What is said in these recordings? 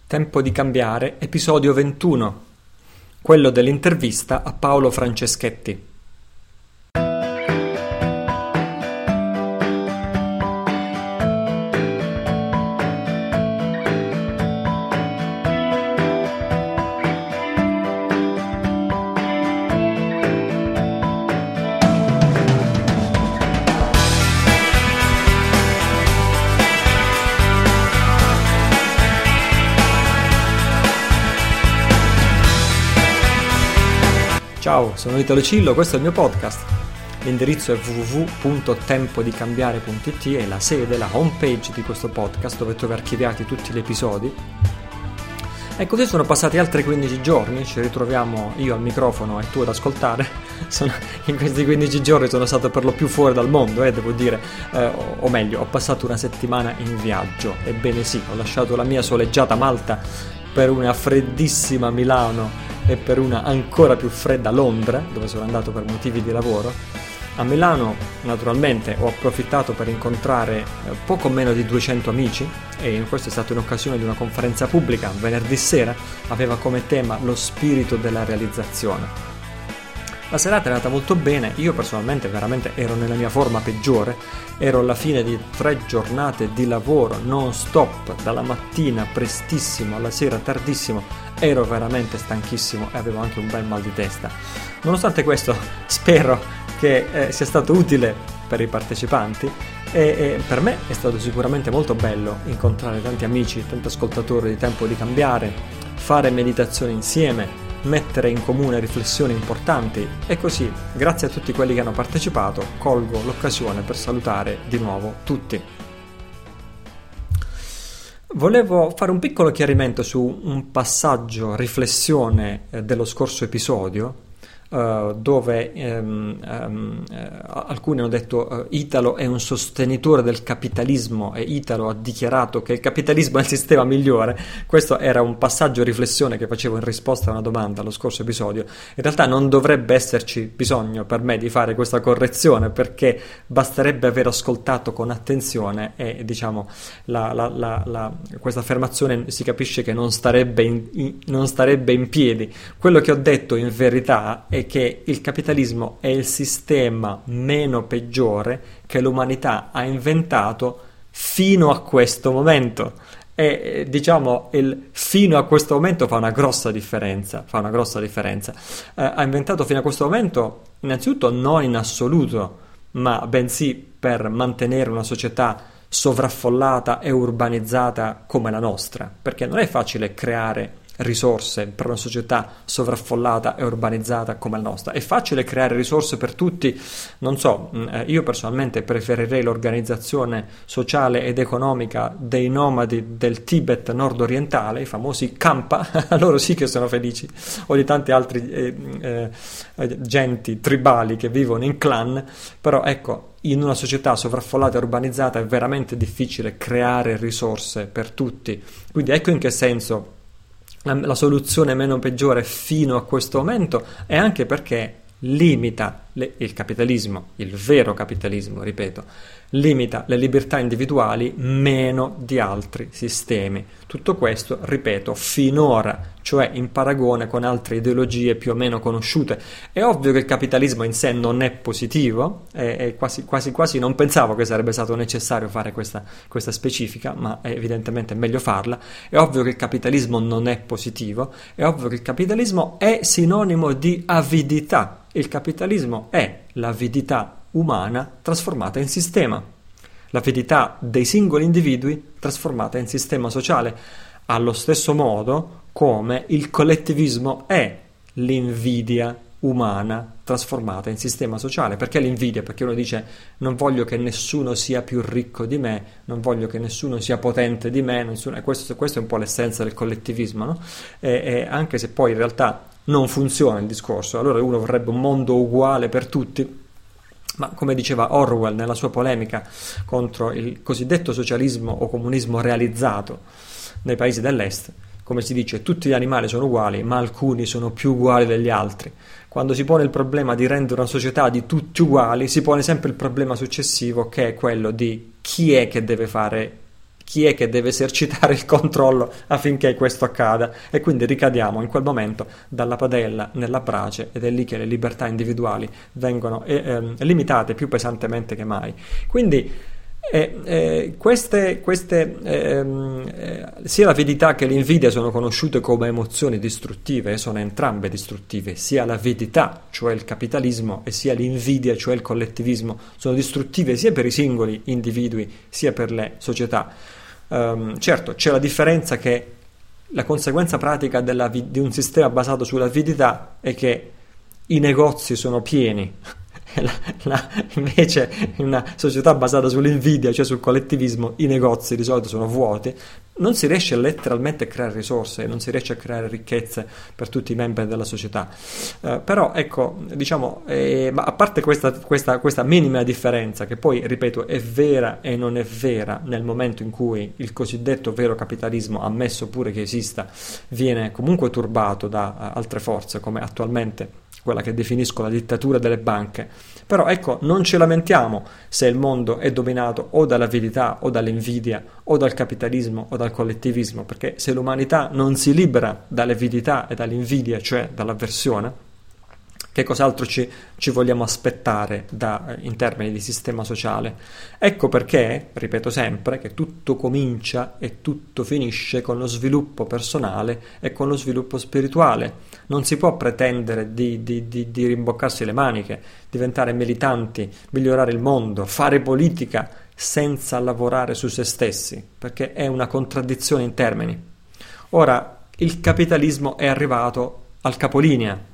Tempo di cambiare, episodio 21, quello dell'intervista a Paolo Franceschetti. Ciao, sono Italo Cillo, questo è il mio podcast. L'indirizzo è www.tempodicambiare.it, è la sede, la homepage di questo podcast dove trovi archiviati tutti gli episodi. E così sono passati altri 15 giorni, ci ritroviamo io al microfono e tu ad ascoltare. In questi 15 giorni sono stato per lo più fuori dal mondo, devo dire, o meglio, ho passato una settimana in viaggio. Ebbene sì, ho lasciato la mia soleggiata Malta per una freddissima Milano e per una ancora più fredda Londra, dove sono andato per motivi di lavoro. A Milano, naturalmente, ho approfittato per incontrare poco meno di 200 amici, e questo è stato in occasione di una conferenza pubblica venerdì sera, aveva come tema lo spirito della realizzazione. La serata è andata molto bene, io personalmente veramente ero nella mia forma peggiore, ero alla fine di 3 giornate di lavoro non stop, dalla mattina prestissimo alla sera tardissimo, ero veramente stanchissimo e avevo anche un bel mal di testa. Nonostante questo spero che sia stato utile per i partecipanti e per me è stato sicuramente molto bello incontrare tanti amici, tanti ascoltatori di Tempo di Cambiare, fare meditazione insieme, mettere in comune riflessioni importanti e così, grazie a tutti quelli che hanno partecipato, colgo l'occasione per salutare di nuovo tutti. Volevo fare un piccolo chiarimento su un passaggio riflessione dello scorso episodio, dove alcuni hanno detto Italo è un sostenitore del capitalismo e Italo ha dichiarato che il capitalismo è il sistema migliore. Questo era un passaggio riflessione che facevo in risposta a una domanda allo scorso episodio. In realtà non dovrebbe esserci bisogno per me di fare questa correzione, perché basterebbe aver ascoltato con attenzione e diciamo questa affermazione si capisce che non starebbe in piedi. Quello che ho detto in verità è che il capitalismo è il sistema meno peggiore che l'umanità ha inventato fino a questo momento. E diciamo il fino a questo momento fa una grossa differenza. Ha inventato fino a questo momento innanzitutto non in assoluto, ma bensì per mantenere una società sovraffollata e urbanizzata come la nostra, perché non è facile creare risorse per una società sovraffollata e urbanizzata come la nostra. È facile creare risorse per tutti, non so, io personalmente preferirei l'organizzazione sociale ed economica dei nomadi del Tibet nord-orientale, i famosi Kampa, loro sì che sono felici, o di tanti altri genti tribali che vivono in clan, però ecco, in una società sovraffollata e urbanizzata è veramente difficile creare risorse per tutti. Quindi ecco in che senso la soluzione meno peggiore fino a questo momento è anche perché limita il capitalismo, il vero capitalismo, ripeto, limita le libertà individuali meno di altri sistemi. Tutto questo, ripeto, finora, cioè in paragone con altre ideologie più o meno conosciute. È ovvio che il capitalismo in sé non è positivo, e quasi non pensavo che sarebbe stato necessario fare questa specifica, ma evidentemente è meglio farla. È ovvio che il capitalismo non è positivo, è ovvio che il capitalismo è sinonimo di avidità. Il capitalismo è l'avidità umana trasformata in sistema, l'avidità dei singoli individui trasformata in sistema sociale, allo stesso modo come il collettivismo è l'invidia umana trasformata in sistema sociale. Perché l'invidia? Perché uno dice non voglio che nessuno sia più ricco di me, non voglio che nessuno sia potente di me, questo è un po' l'essenza del collettivismo, no? Anche se poi in realtà non funziona il discorso, allora uno vorrebbe un mondo uguale per tutti, ma come diceva Orwell nella sua polemica contro il cosiddetto socialismo o comunismo realizzato nei paesi dell'est, come si dice, tutti gli animali sono uguali, ma alcuni sono più uguali degli altri. Quando si pone il problema di rendere una società di tutti uguali, si pone sempre il problema successivo, che è quello di chi è che deve fare chi è che deve esercitare il controllo affinché questo accada, e quindi ricadiamo in quel momento dalla padella nella brace, ed è lì che le libertà individuali vengono limitate più pesantemente che mai. Quindi sia l'avidità che l'invidia sono conosciute come emozioni distruttive, e sono entrambe distruttive. Sia l'avidità, cioè il capitalismo, e sia l'invidia, cioè il collettivismo, sono distruttive sia per i singoli individui sia per le società. Certo, c'è la differenza che la conseguenza pratica di un sistema basato sull'avidità è che i negozi sono pieni. Invece in una società basata sull'invidia, cioè sul collettivismo, i negozi di solito sono vuoti, non si riesce letteralmente a creare risorse, non si riesce a creare ricchezze per tutti i membri della società. Però ecco, diciamo, ma a parte questa minima differenza, che poi, ripeto, è vera e non è vera nel momento in cui il cosiddetto vero capitalismo, ammesso pure che esista, viene comunque turbato da altre forze, come attualmente quella che definisco la dittatura delle banche. Però ecco, non ci lamentiamo se il mondo è dominato o dall'avidità o dall'invidia o dal capitalismo o dal collettivismo, perché se l'umanità non si libera dall'avidità e dall'invidia, cioè dall'avversione, che cos'altro ci vogliamo aspettare in termini di sistema sociale? Ecco perché, ripeto sempre, che tutto comincia e tutto finisce con lo sviluppo personale e con lo sviluppo spirituale. Non si può pretendere di rimboccarsi le maniche, diventare militanti, migliorare il mondo, fare politica senza lavorare su se stessi, perché è una contraddizione in termini. Ora, il capitalismo è arrivato al capolinea,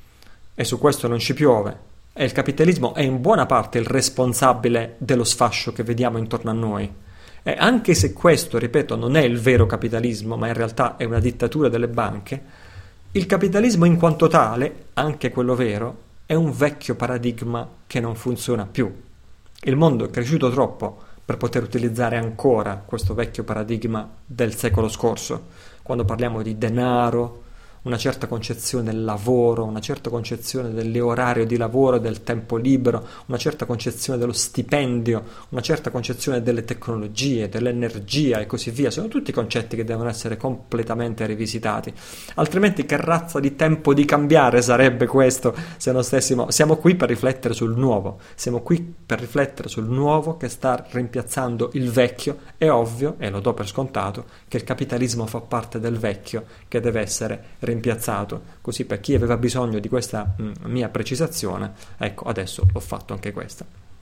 e su questo non ci piove, e il capitalismo è in buona parte il responsabile dello sfascio che vediamo intorno a noi. E anche se questo, ripeto, non è il vero capitalismo, ma in realtà è una dittatura delle banche, il capitalismo in quanto tale, anche quello vero, è un vecchio paradigma che non funziona più. Il mondo è cresciuto troppo per poter utilizzare ancora questo vecchio paradigma del secolo scorso, quando parliamo di denaro, una certa concezione del lavoro, una certa concezione dell'orario di lavoro, del tempo libero, una certa concezione dello stipendio, una certa concezione delle tecnologie, dell'energia e così via. Sono tutti concetti che devono essere completamente rivisitati. Altrimenti che razza di tempo di cambiare sarebbe questo se non stessimo... Siamo qui per riflettere sul nuovo, siamo qui per riflettere sul nuovo che sta rimpiazzando il vecchio. È ovvio, e lo do per scontato, che il capitalismo fa parte del vecchio che deve essere rimpiazzato. Così, per chi aveva bisogno di questa mia precisazione, ecco, adesso l'ho fatto anche questa.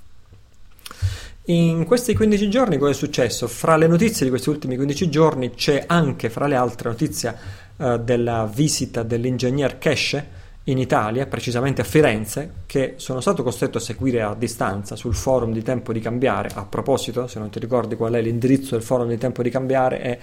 In questi 15 giorni cosa è successo? Fra le notizie di questi ultimi 15 giorni c'è anche, fra le altre, notizia della visita dell'ingegner Keshe in Italia, precisamente a Firenze, che sono stato costretto a seguire a distanza sul forum di Tempo di Cambiare. A proposito, se non ti ricordi qual è l'indirizzo del forum di Tempo di Cambiare, è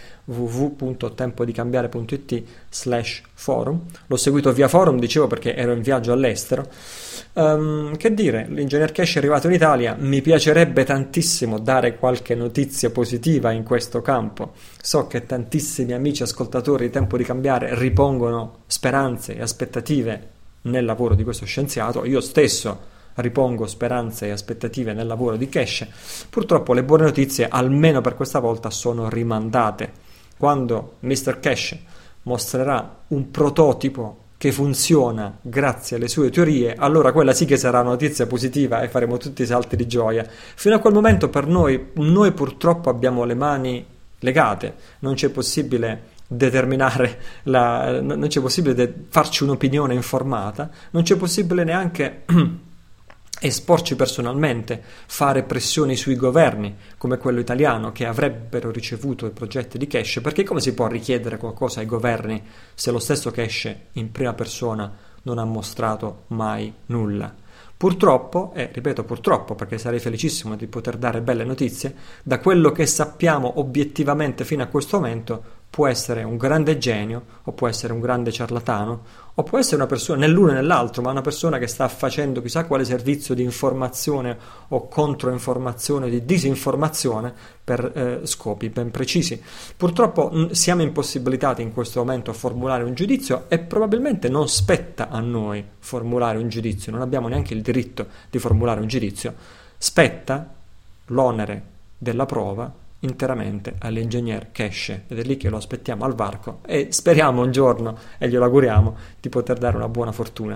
www.tempodicambiare.it/forum. L'ho seguito via forum, dicevo, perché ero in viaggio all'estero. Che dire, l'ingegner Keshe è arrivato in Italia. Mi piacerebbe tantissimo dare qualche notizia positiva in questo campo. So che tantissimi amici ascoltatori di Tempo di Cambiare ripongono speranze e aspettative nel lavoro di questo scienziato. Io stesso ripongo speranze e aspettative nel lavoro di Keshe. Purtroppo le buone notizie, almeno per questa volta, sono rimandate. Quando Mr. Keshe mostrerà un prototipo che funziona grazie alle sue teorie, allora quella sì che sarà una notizia positiva e faremo tutti i salti di gioia. Fino a quel momento per noi purtroppo abbiamo le mani legate, non c'è possibile determinare non c'è possibile farci un'opinione informata, non c'è possibile neanche esporci personalmente, fare pressioni sui governi come quello italiano che avrebbero ricevuto i progetti di Keshe, perché come si può richiedere qualcosa ai governi se lo stesso Keshe in prima persona non ha mostrato mai nulla? Purtroppo, e ripeto purtroppo perché sarei felicissimo di poter dare belle notizie, da quello che sappiamo obiettivamente fino a questo momento può essere un grande genio o può essere un grande ciarlatano o può essere una persona, nell'uno e nell'altro, ma una persona che sta facendo chissà quale servizio di informazione o controinformazione, di disinformazione per scopi ben precisi. Purtroppo siamo impossibilitati in questo momento a formulare un giudizio e probabilmente non spetta a noi formulare un giudizio, non abbiamo neanche il diritto di formulare un giudizio. Spetta l'onere della prova interamente all'ingegner Keshe, ed è lì che lo aspettiamo al varco e speriamo un giorno, e glielo auguriamo, di poter dare una buona fortuna.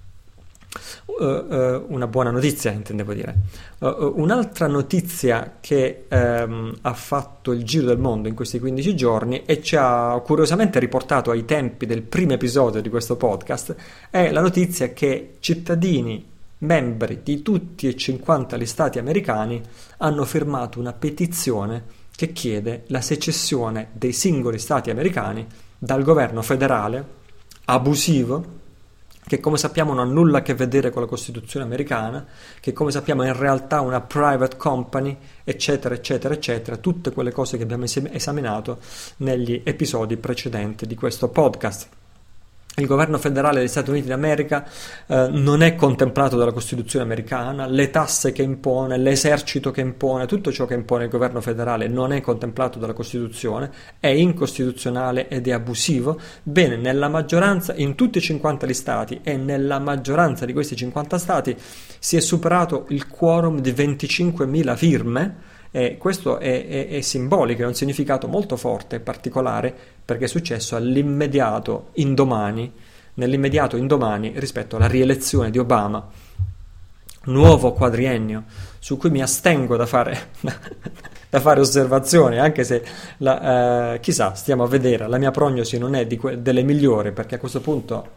Una buona notizia, intendevo dire. Un'altra notizia che ha fatto il giro del mondo in questi 15 giorni e ci ha curiosamente riportato ai tempi del primo episodio di questo podcast è la notizia che cittadini membri di tutti e 50 gli stati americani hanno firmato una petizione che chiede la secessione dei singoli stati americani dal governo federale abusivo, che come sappiamo non ha nulla a che vedere con la Costituzione americana, che come sappiamo è in realtà una private company, eccetera, eccetera, eccetera, tutte quelle cose che abbiamo esaminato negli episodi precedenti di questo podcast. Il governo federale degli Stati Uniti d'America non è contemplato dalla Costituzione americana, le tasse che impone, l'esercito che impone, tutto ciò che impone il governo federale non è contemplato dalla Costituzione, è incostituzionale ed è abusivo. Bene, nella maggioranza, in tutti e 50 gli stati e nella maggioranza di questi 50 stati si è superato il quorum di 25.000 firme. E questo è simbolico, è un significato molto forte e particolare, perché è successo nell'immediato indomani rispetto alla rielezione di Obama. Nuovo quadriennio su cui mi astengo da fare osservazioni, anche se chissà, stiamo a vedere, la mia prognosi non è delle migliori, perché a questo punto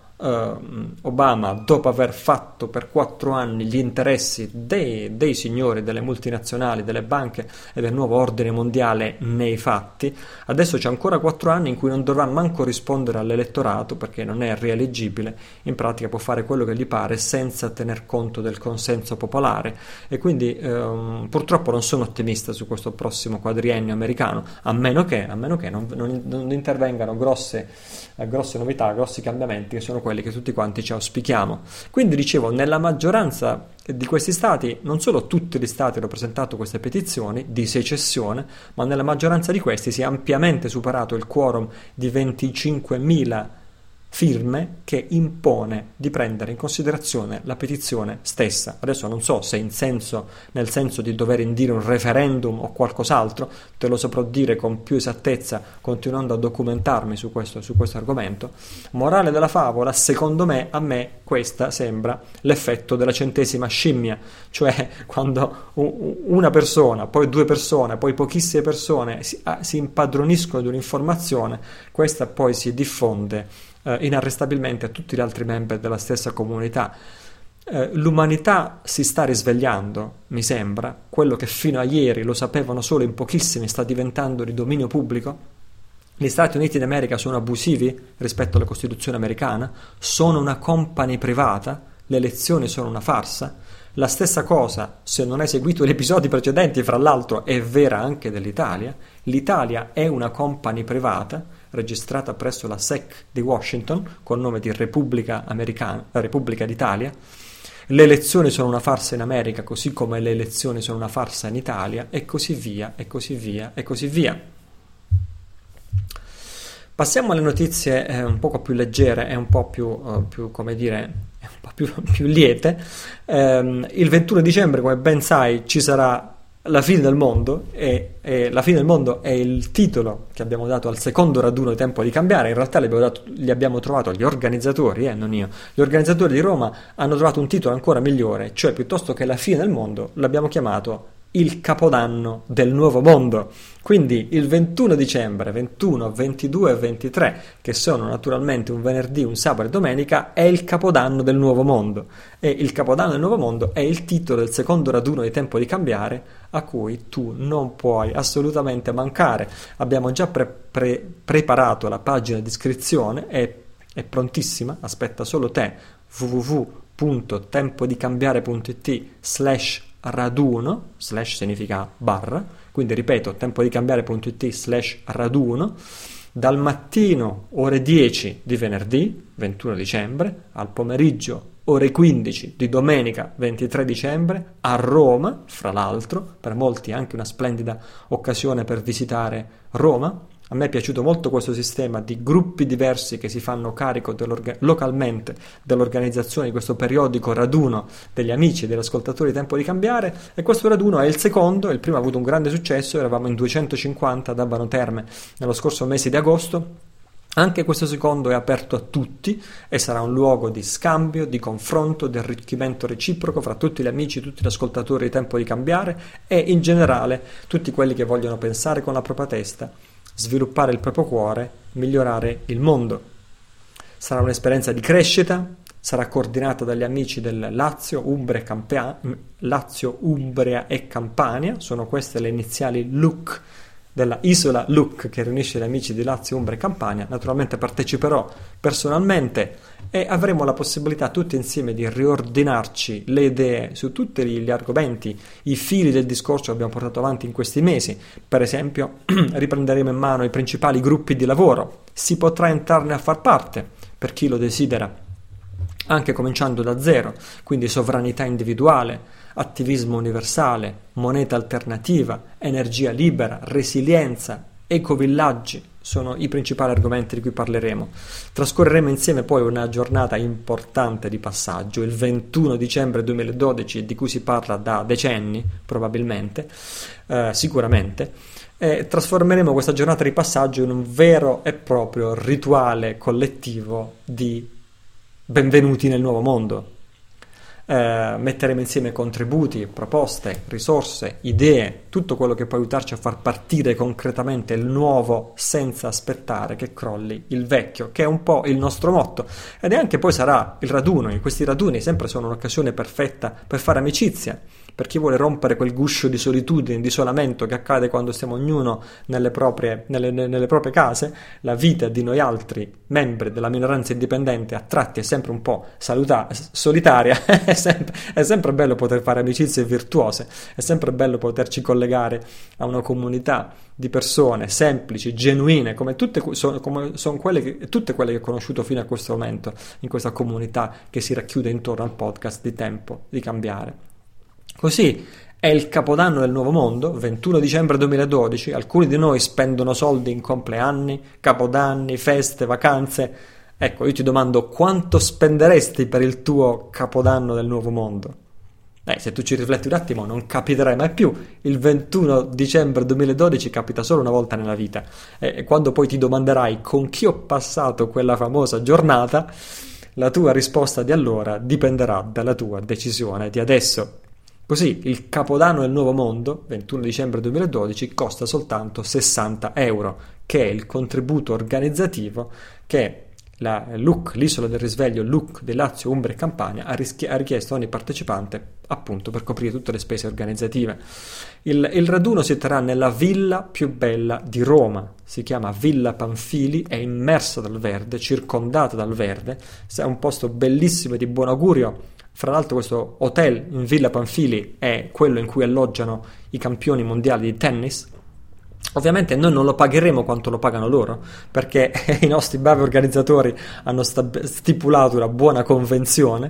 Obama, dopo aver fatto per 4 anni gli interessi dei signori delle multinazionali, delle banche e del nuovo ordine mondiale nei fatti, adesso c'è ancora 4 anni in cui non dovrà manco rispondere all'elettorato, perché non è rieleggibile. In pratica può fare quello che gli pare senza tener conto del consenso popolare, e quindi purtroppo non sono ottimista su questo prossimo quadriennio americano, a meno che non intervengano grosse novità, grossi cambiamenti, che sono quelli che tutti quanti ci auspichiamo. Quindi dicevo, nella maggioranza di questi stati, non solo tutti gli stati hanno presentato queste petizioni di secessione, ma nella maggioranza di questi si è ampiamente superato il quorum di 25.000 firme, che impone di prendere in considerazione la petizione stessa. Adesso non so se nel senso di dover indire un referendum o qualcos'altro, te lo saprò dire con più esattezza continuando a documentarmi su questo argomento. Morale della favola, secondo me, a me questa sembra l'effetto della 100ª scimmia, cioè quando una persona, poi 2 persone, poi pochissime persone si impadroniscono di un'informazione, questa poi si diffonde inarrestabilmente a tutti gli altri membri della stessa comunità. L'umanità si sta risvegliando, mi sembra. Quello che fino a ieri lo sapevano solo in pochissimi sta diventando di dominio pubblico. Gli Stati Uniti d'America sono abusivi rispetto alla Costituzione americana, sono una company privata, le elezioni sono una farsa. La stessa cosa, se non hai seguito gli episodi precedenti, fra l'altro è vera anche dell'Italia. L'Italia è una company privata registrata presso la SEC di Washington col nome di Repubblica Americana, la Repubblica d'Italia. Le elezioni sono una farsa in America, così come le elezioni sono una farsa in Italia, e così via, e così via, e così via. Passiamo alle notizie un poco più leggere e un po' più come dire, un po' più liete. Il 21 dicembre, come ben sai, ci sarà la fine del mondo, e la fine del mondo è il titolo che abbiamo dato al secondo raduno di Tempo di Cambiare. In realtà li abbiamo trovato gli organizzatori, non io. Gli organizzatori di Roma hanno trovato un titolo ancora migliore, cioè piuttosto che la fine del mondo l'abbiamo chiamato il Capodanno del Nuovo Mondo. Quindi il 21 dicembre, 21, 22 e 23, che sono naturalmente un venerdì, un sabato e domenica, è il Capodanno del Nuovo Mondo. E il Capodanno del Nuovo Mondo è il titolo del secondo raduno di Tempo di Cambiare, a cui tu non puoi assolutamente mancare. Abbiamo già preparato la pagina di iscrizione, è prontissima, aspetta solo te, www.tempodicambiare.it/raduno, slash significa barra, quindi ripeto, tempodicambiare.it/raduno, dal mattino ore 10 di venerdì 21 dicembre al pomeriggio ore 15 di domenica 23 dicembre a Roma, fra l'altro, per molti anche una splendida occasione per visitare Roma, A me è piaciuto molto questo sistema di gruppi diversi che si fanno carico localmente dell'organizzazione di questo periodico raduno degli amici e degli ascoltatori di Tempo di Cambiare, e questo raduno è il secondo. Il primo ha avuto un grande successo, eravamo in 250 ad Abano Terme nello scorso mese di agosto. Anche questo secondo è aperto a tutti e sarà un luogo di scambio, di confronto, di arricchimento reciproco fra tutti gli amici, tutti gli ascoltatori di Tempo di Cambiare e in generale tutti quelli che vogliono pensare con la propria testa, sviluppare il proprio cuore, migliorare il mondo. Sarà un'esperienza di crescita, sarà coordinata dagli amici del Lazio, Umbria e Campania, sono queste le iniziali LUC della Isola LUC che riunisce gli amici di Lazio, Umbria e Campania. Naturalmente parteciperò personalmente e avremo la possibilità tutti insieme di riordinarci le idee su tutti gli argomenti, i fili del discorso che abbiamo portato avanti in questi mesi. Per esempio riprenderemo in mano i principali gruppi di lavoro, si potrà entrarne a far parte per chi lo desidera, anche cominciando da zero, quindi sovranità individuale, attivismo universale, moneta alternativa, energia libera, resilienza, ecovillaggi sono i principali argomenti di cui parleremo. Trascorreremo insieme poi una giornata importante di passaggio, il 21 dicembre 2012, di cui si parla da decenni, probabilmente, sicuramente. Trasformeremo questa giornata di passaggio in un vero e proprio rituale collettivo di benvenuti nel nuovo mondo. Metteremo insieme contributi, proposte, risorse, idee, tutto quello che può aiutarci a far partire concretamente il nuovo senza aspettare che crolli il vecchio, che è un po' il nostro motto. Ed è anche poi sarà il raduno. In questi raduni sempre sono un'occasione perfetta per fare amicizia, per chi vuole rompere quel guscio di solitudine, di isolamento che accade quando stiamo ognuno nelle proprie case. La vita di noi altri membri della minoranza indipendente a tratti è sempre un po' solitaria. È sempre bello poter fare amicizie virtuose, è sempre bello poterci collegare a una comunità di persone semplici, genuine, come sono tutte quelle che ho conosciuto fino a questo momento in questa comunità che si racchiude intorno al podcast di Tempo di Cambiare. Così è il Capodanno del Nuovo Mondo, 21 dicembre 2012, alcuni di noi spendono soldi in compleanni, capodanni, feste, vacanze. Ecco, io ti domando, quanto spenderesti per il tuo Capodanno del Nuovo Mondo? Se tu ci rifletti un attimo non capiterai mai più. Il 21 dicembre 2012 capita solo una volta nella vita, e quando poi ti domanderai con chi ho passato quella famosa giornata, la tua risposta di allora dipenderà dalla tua decisione di adesso. Così il Capodanno del Nuovo Mondo, 21 dicembre 2012, costa soltanto 60 euro, che è il contributo organizzativo che la LUC, l'isola del risveglio LUC di Lazio, Umbria e Campania, ha richiesto a ogni partecipante, appunto per coprire tutte le spese organizzative. Il raduno si terrà nella villa più bella di Roma, si chiama Villa Panfili, è immersa dal verde, circondata dal verde, è un posto bellissimo e di buon augurio. Fra l'altro questo hotel in Villa Panfili è quello in cui alloggiano i campioni mondiali di tennis. Ovviamente noi non lo pagheremo quanto lo pagano loro, perché i nostri bravi organizzatori hanno stipulato una buona convenzione.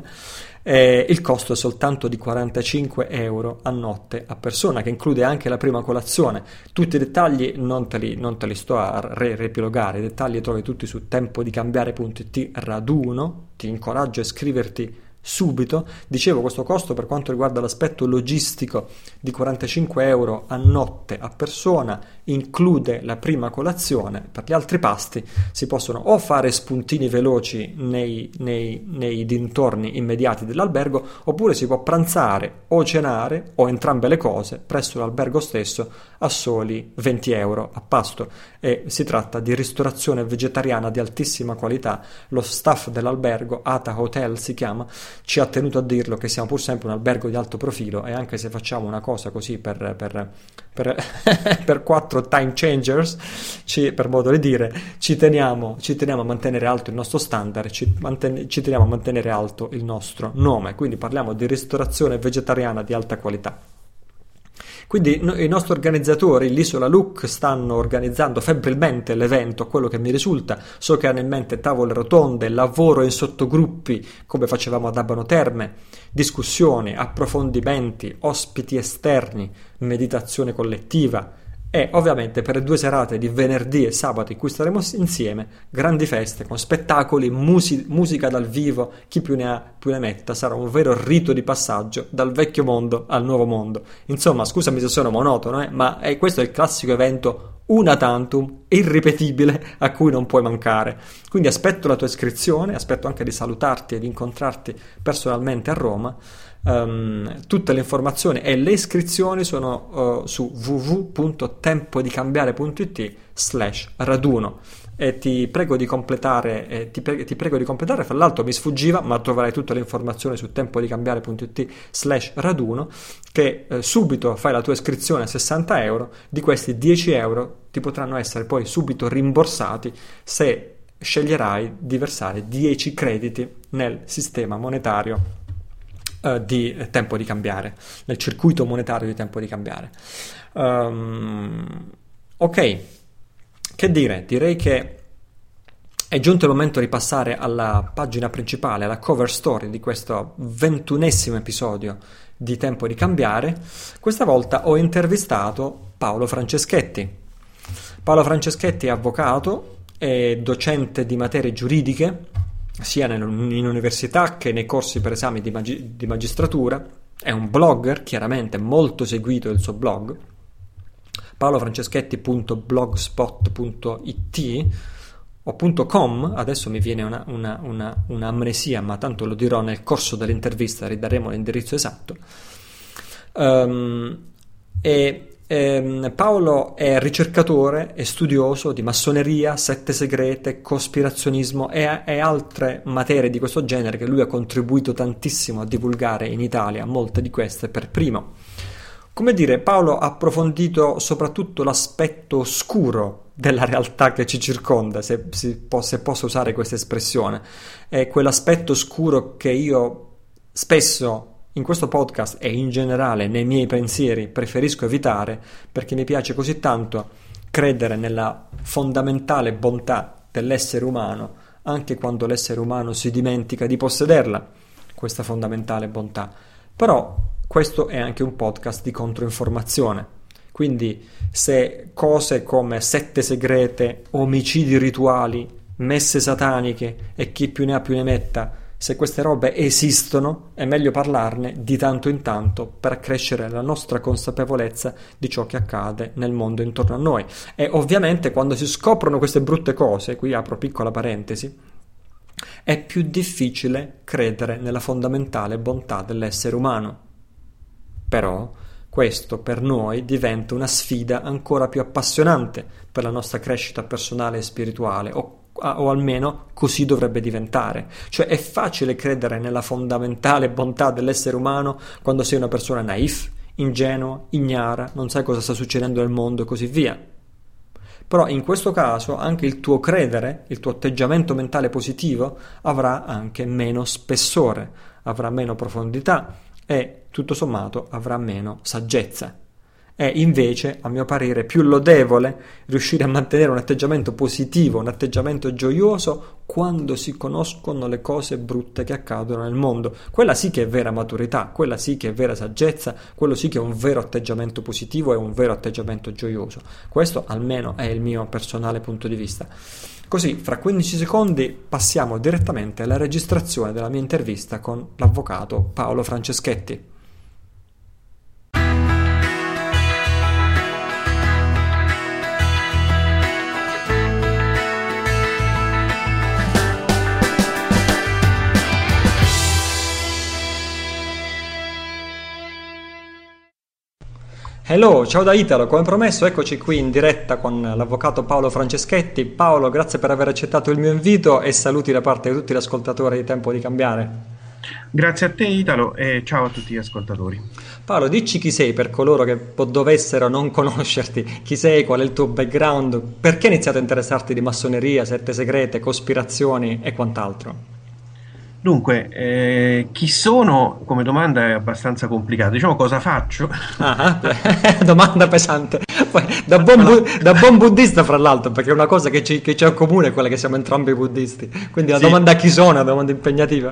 Il costo è soltanto di 45 euro a notte a persona, che include anche la prima colazione. Tutti i dettagli non te li sto a riepilogare, i dettagli li trovi tutti su tempodicambiare.it raduno. Ti incoraggio a iscriverti subito. Dicevo, questo costo per quanto riguarda l'aspetto logistico di 45 euro a notte a persona include la prima colazione. Per gli altri pasti si possono o fare spuntini veloci nei dintorni immediati dell'albergo, oppure si può pranzare o cenare o entrambe le cose presso l'albergo stesso a soli 20 euro a pasto, e si tratta di ristorazione vegetariana di altissima qualità. Lo staff dell'albergo, Ata Hotel si chiama, ci ha tenuto a dirlo che siamo pur sempre un albergo di alto profilo, e anche se facciamo una cosa così per 4 time changers, per modo di dire, ci teniamo a mantenere alto il nostro standard, ci teniamo a mantenere alto il nostro nome. Quindi parliamo di ristorazione vegetariana di alta qualità. Quindi i nostri organizzatori, l'Isola LUC, stanno organizzando febbrilmente l'evento, a quello che mi risulta. So che hanno in mente tavole rotonde, lavoro in sottogruppi come facevamo ad Abano Terme, discussioni, approfondimenti, ospiti esterni, meditazione collettiva, E ovviamente per 2 serate di venerdì e sabato in cui staremo insieme, grandi feste con spettacoli, musica dal vivo, chi più ne ha più ne metta, sarà un vero rito di passaggio dal vecchio mondo al nuovo mondo. Insomma, scusami se sono monotono, ma questo è il classico evento una tantum, irripetibile, a cui non puoi mancare. Quindi aspetto la tua iscrizione, aspetto anche di salutarti e di incontrarti personalmente a Roma. Tutte le informazioni e le iscrizioni sono su www.tempodicambiare.it/raduno e ti prego di completare, fra l'altro mi sfuggiva, ma troverai tutte le informazioni su tempodicambiare.it/raduno, che subito fai la tua iscrizione a 60 euro. Di questi 10 euro ti potranno essere poi subito rimborsati se sceglierai di versare 10 crediti nel sistema monetario di Tempo di Cambiare, nel circuito monetario di Tempo di Cambiare. Ok, che dire? Direi che è giunto il momento di passare alla pagina principale, alla cover story di questo 21esimo episodio di Tempo di Cambiare. Questa volta ho intervistato Paolo Franceschetti. Paolo Franceschetti è avvocato, è docente di materie giuridiche sia in università che nei corsi per esami di magistratura, è un blogger, chiaramente molto seguito il suo blog, paolofranceschetti.blogspot.it o .com, adesso mi viene un'amnesia, ma tanto lo dirò nel corso dell'intervista, ridaremo l'indirizzo esatto. Paolo è ricercatore e studioso di massoneria, sette segrete, cospirazionismo e altre materie di questo genere che lui ha contribuito tantissimo a divulgare in Italia, molte di queste per primo. Come dire, Paolo ha approfondito soprattutto l'aspetto oscuro della realtà che ci circonda, se posso usare questa espressione, è quell'aspetto oscuro che io spesso in questo podcast e in generale nei miei pensieri preferisco evitare, perché mi piace così tanto credere nella fondamentale bontà dell'essere umano, anche quando l'essere umano si dimentica di possederla, questa fondamentale bontà. Però questo è anche un podcast di controinformazione, quindi se cose come sette segrete, omicidi rituali, messe sataniche e chi più ne ha più ne metta, se queste robe esistono, è meglio parlarne di tanto in tanto per accrescere la nostra consapevolezza di ciò che accade nel mondo intorno a noi. E ovviamente quando si scoprono queste brutte cose, qui apro piccola parentesi, è più difficile credere nella fondamentale bontà dell'essere umano. Però questo per noi diventa una sfida ancora più appassionante per la nostra crescita personale e spirituale, o almeno così dovrebbe diventare. Cioè è facile credere nella fondamentale bontà dell'essere umano quando sei una persona naif, ingenua, ignara, non sai cosa sta succedendo nel mondo e così via. Però in questo caso anche il tuo credere, il tuo atteggiamento mentale positivo avrà anche meno spessore, avrà meno profondità e tutto sommato avrà meno saggezza. È invece, a mio parere, più lodevole riuscire a mantenere un atteggiamento positivo, un atteggiamento gioioso quando si conoscono le cose brutte che accadono nel mondo. Quella sì che è vera maturità, quella sì che è vera saggezza, quello sì che è un vero atteggiamento positivo e un vero atteggiamento gioioso. Questo almeno è il mio personale punto di vista. Così, fra 15 secondi passiamo direttamente alla registrazione della mia intervista con l'avvocato Paolo Franceschetti. Hello, ciao da Italo, come promesso eccoci qui in diretta con l'avvocato Paolo Franceschetti. Paolo, grazie per aver accettato il mio invito e saluti da parte di tutti gli ascoltatori di Tempo di Cambiare. Grazie a te Italo e ciao a tutti gli ascoltatori. Paolo, dici chi sei per coloro che dovessero non conoscerti, chi sei, qual è il tuo background, perché hai iniziato a interessarti di massoneria, sette segrete, cospirazioni e quant'altro? Dunque, chi sono come domanda è abbastanza complicata. Diciamo cosa faccio? Ah, domanda pesante. Poi, Allora, da buon buddista, fra l'altro, perché una cosa che ci accomuna è quella che siamo entrambi buddisti. Quindi la sì, domanda a chi sono è una domanda impegnativa.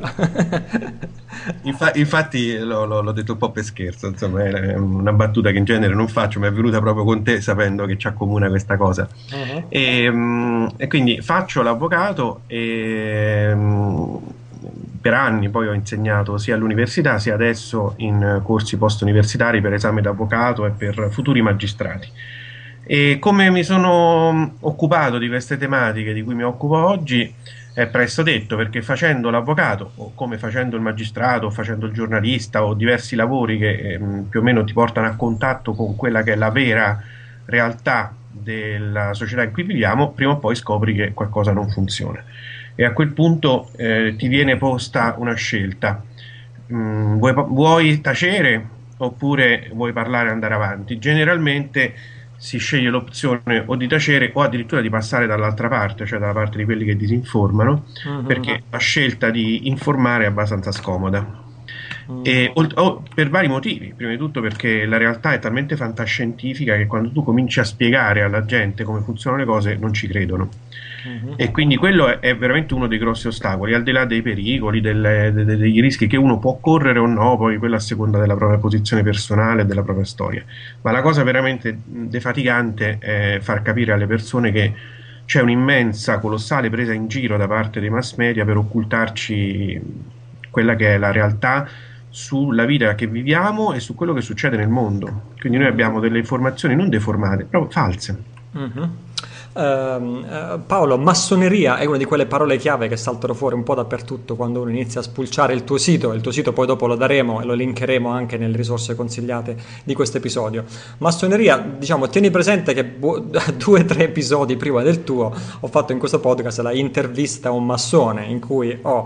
infatti l'ho detto un po' per scherzo, insomma, è una battuta che in genere non faccio, ma è venuta proprio con te sapendo che ci accomuna questa cosa. Uh-huh. E quindi faccio l'avvocato e per anni poi ho insegnato sia all'università sia adesso in corsi post-universitari per esame d'avvocato e per futuri magistrati. E come mi sono occupato di queste tematiche di cui mi occupo oggi è presto detto, perché facendo l'avvocato o come facendo il magistrato o facendo il giornalista o diversi lavori che più o meno ti portano a contatto con quella che è la vera realtà della società in cui viviamo, prima o poi scopri che qualcosa non funziona. E a quel punto ti viene posta una scelta. Vuoi tacere oppure vuoi parlare e andare avanti? Generalmente si sceglie l'opzione o di tacere o addirittura di passare dall'altra parte, cioè dalla parte di quelli che disinformano, Mhm. perché la scelta di informare è abbastanza scomoda. Mm. Per vari motivi, prima di tutto perché la realtà è talmente fantascientifica che quando tu cominci a spiegare alla gente come funzionano le cose non ci credono. Mhm. E quindi quello è veramente uno dei grossi ostacoli, al di là dei pericoli, degli rischi che uno può correre o no, poi quello a seconda della propria posizione personale e della propria storia. Ma la cosa veramente defatigante è far capire alle persone che c'è un'immensa, colossale presa in giro da parte dei mass media per occultarci quella che è la realtà sulla vita che viviamo e su quello che succede nel mondo. Quindi noi Mhm. abbiamo delle informazioni non deformate, proprio false. Mhm. Paolo, massoneria è una di quelle parole chiave che saltano fuori un po' dappertutto quando uno inizia a spulciare il tuo sito poi dopo lo daremo e lo linkeremo anche nelle risorse consigliate di questo episodio. Massoneria, diciamo, tieni presente che 2 o 3 episodi prima del tuo ho fatto in questo podcast la intervista a un massone in cui ho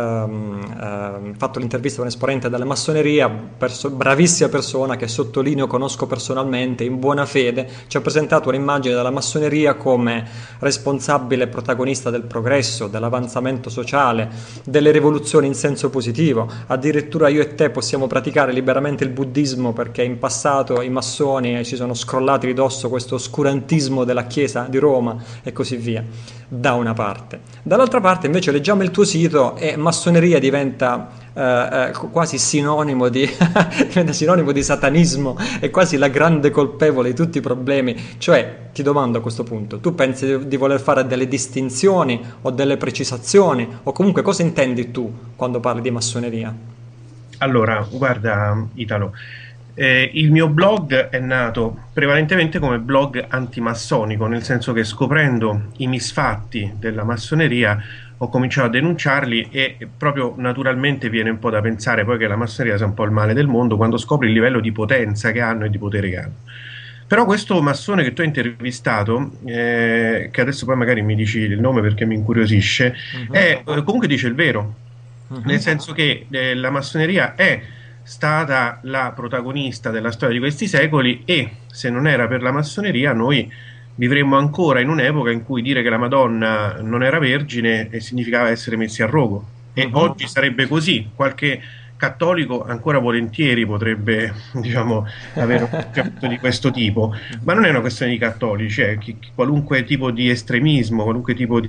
fatto l'intervista a un esponente della massoneria, bravissima persona che sottolineo conosco personalmente, in buona fede, ci ha presentato un'immagine della massoneria come responsabile e protagonista del progresso, dell'avanzamento sociale, delle rivoluzioni in senso positivo. Addirittura io e te possiamo praticare liberamente il buddismo perché in passato i massoni ci sono scrollati di dosso questo oscurantismo della Chiesa di Roma e così via, da una parte. Dall'altra parte invece leggiamo il tuo sito e massoneria diventa quasi sinonimo di, diventa sinonimo di satanismo, è quasi la grande colpevole di tutti i problemi. Cioè, ti domando a questo punto, tu pensi di voler fare delle distinzioni o delle precisazioni, o comunque cosa intendi tu quando parli di massoneria? Allora, guarda, Italo, il mio blog è nato prevalentemente come blog antimassonico, nel senso che scoprendo i misfatti della massoneria ho cominciato a denunciarli e proprio naturalmente viene un po' da pensare poi che la massoneria sia un po' il male del mondo quando scopri il livello di potenza che hanno e di potere che hanno. Però questo massone che tu hai intervistato, che adesso poi magari mi dici il nome perché mi incuriosisce, Mhm. comunque dice il vero, nel Mhm. senso che la massoneria è stata la protagonista della storia di questi secoli e se non era per la massoneria noi vivremmo ancora in un'epoca in cui dire che la Madonna non era vergine significava essere messi a rogo. E Mhm. oggi sarebbe così. Qualche cattolico ancora volentieri potrebbe, diciamo, avere un atteggiamento di questo tipo, ma non è una questione di cattolici, qualunque tipo di estremismo, qualunque tipo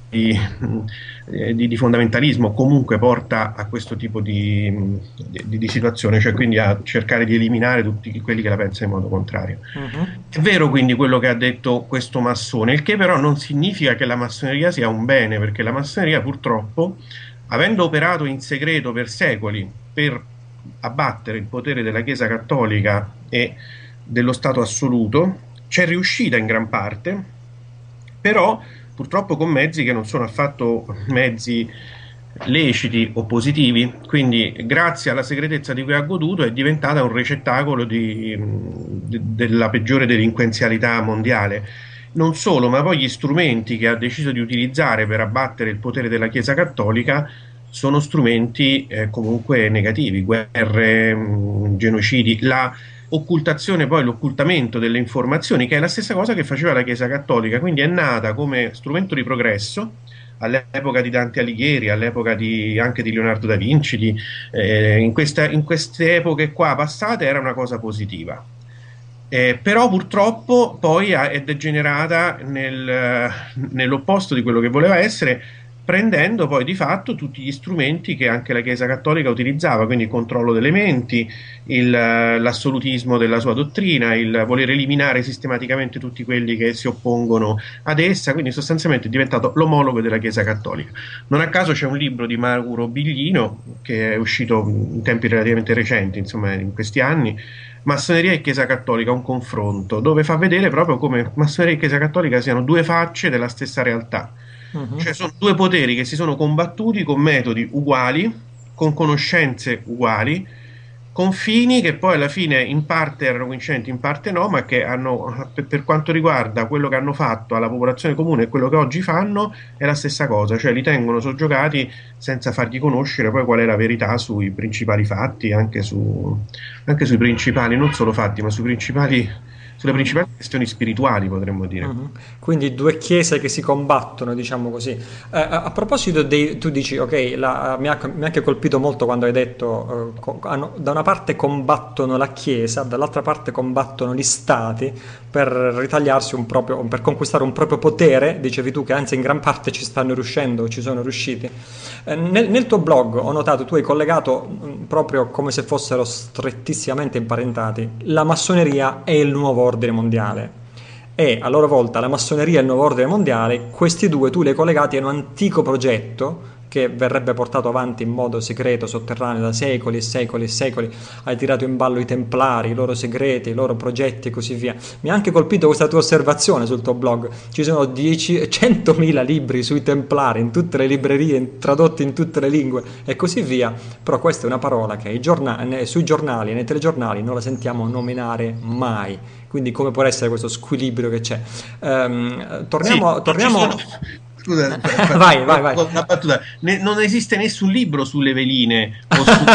di fondamentalismo comunque porta a questo tipo di situazione, cioè quindi a cercare di eliminare tutti quelli che la pensano in modo contrario. Mhm. È vero quindi quello che ha detto questo massone, il che però non significa che la massoneria sia un bene, perché la massoneria purtroppo, avendo operato in segreto per secoli per abbattere il potere della Chiesa Cattolica e dello Stato assoluto, c'è riuscita in gran parte, però purtroppo con mezzi che non sono affatto mezzi leciti o positivi, quindi grazie alla segretezza di cui ha goduto è diventata un ricettacolo della peggiore delinquenzialità mondiale. Non solo, ma poi gli strumenti che ha deciso di utilizzare per abbattere il potere della Chiesa Cattolica sono strumenti comunque negativi, guerre, genocidi, la occultazione, poi l'occultamento delle informazioni, che è la stessa cosa che faceva la Chiesa Cattolica, quindi è nata come strumento di progresso, all'epoca di Dante Alighieri, all'epoca anche di Leonardo da Vinci, in queste epoche qua passate era una cosa positiva. Però purtroppo poi è degenerata nell'opposto di quello che voleva essere, prendendo poi di fatto tutti gli strumenti che anche la Chiesa Cattolica utilizzava, quindi il controllo delle menti, l'assolutismo della sua dottrina, il voler eliminare sistematicamente tutti quelli che si oppongono ad essa, quindi sostanzialmente è diventato l'omologo della Chiesa Cattolica. Non a caso c'è un libro di Mauro Biglino che è uscito in tempi relativamente recenti, insomma in questi anni, Massoneria e Chiesa Cattolica, un confronto, dove fa vedere proprio come massoneria e Chiesa Cattolica siano due facce della stessa realtà. Mhm. Cioè sono due poteri che si sono combattuti con metodi uguali, con conoscenze uguali, con fini che poi alla fine in parte erano vincenti, in parte no, ma che hanno, per quanto riguarda quello che hanno fatto alla popolazione comune e quello che oggi fanno, è la stessa cosa, cioè li tengono soggiogati senza fargli conoscere poi qual è la verità sui principali fatti, anche sui principali, non solo fatti, ma sulle Mm. principali questioni spirituali, potremmo dire. Mhm. Quindi due chiese che si combattono, diciamo così. A proposito dei, tu dici, ok, mi ha anche colpito molto quando hai detto, da una parte combattono la Chiesa, dall'altra parte combattono gli stati per ritagliarsi un proprio, per conquistare un proprio potere, dicevi tu che anzi in gran parte ci stanno riuscendo, ci sono riusciti. Nel tuo blog ho notato, tu hai collegato proprio come se fossero strettissimamente imparentati, la massoneria e il nuovo ordine mondiale. E a loro volta la massoneria e il nuovo ordine mondiale, questi due tu li hai collegati a un antico progetto che verrebbe portato avanti in modo segreto, sotterraneo, da secoli e secoli e secoli. Hai tirato in ballo i templari, i loro segreti, i loro progetti e così via. Mi ha anche colpito questa tua osservazione sul tuo blog. Ci sono 100.000 libri sui templari in tutte le librerie, tradotti in tutte le lingue e così via. Però questa è una parola che sui giornali e nei telegiornali non la sentiamo nominare mai. Quindi come può essere questo squilibrio che c'è? Sì, Torniamo... non ci sono. torniamo... Scusa, vai, vai, vai. una battuta. Non esiste nessun libro sulle veline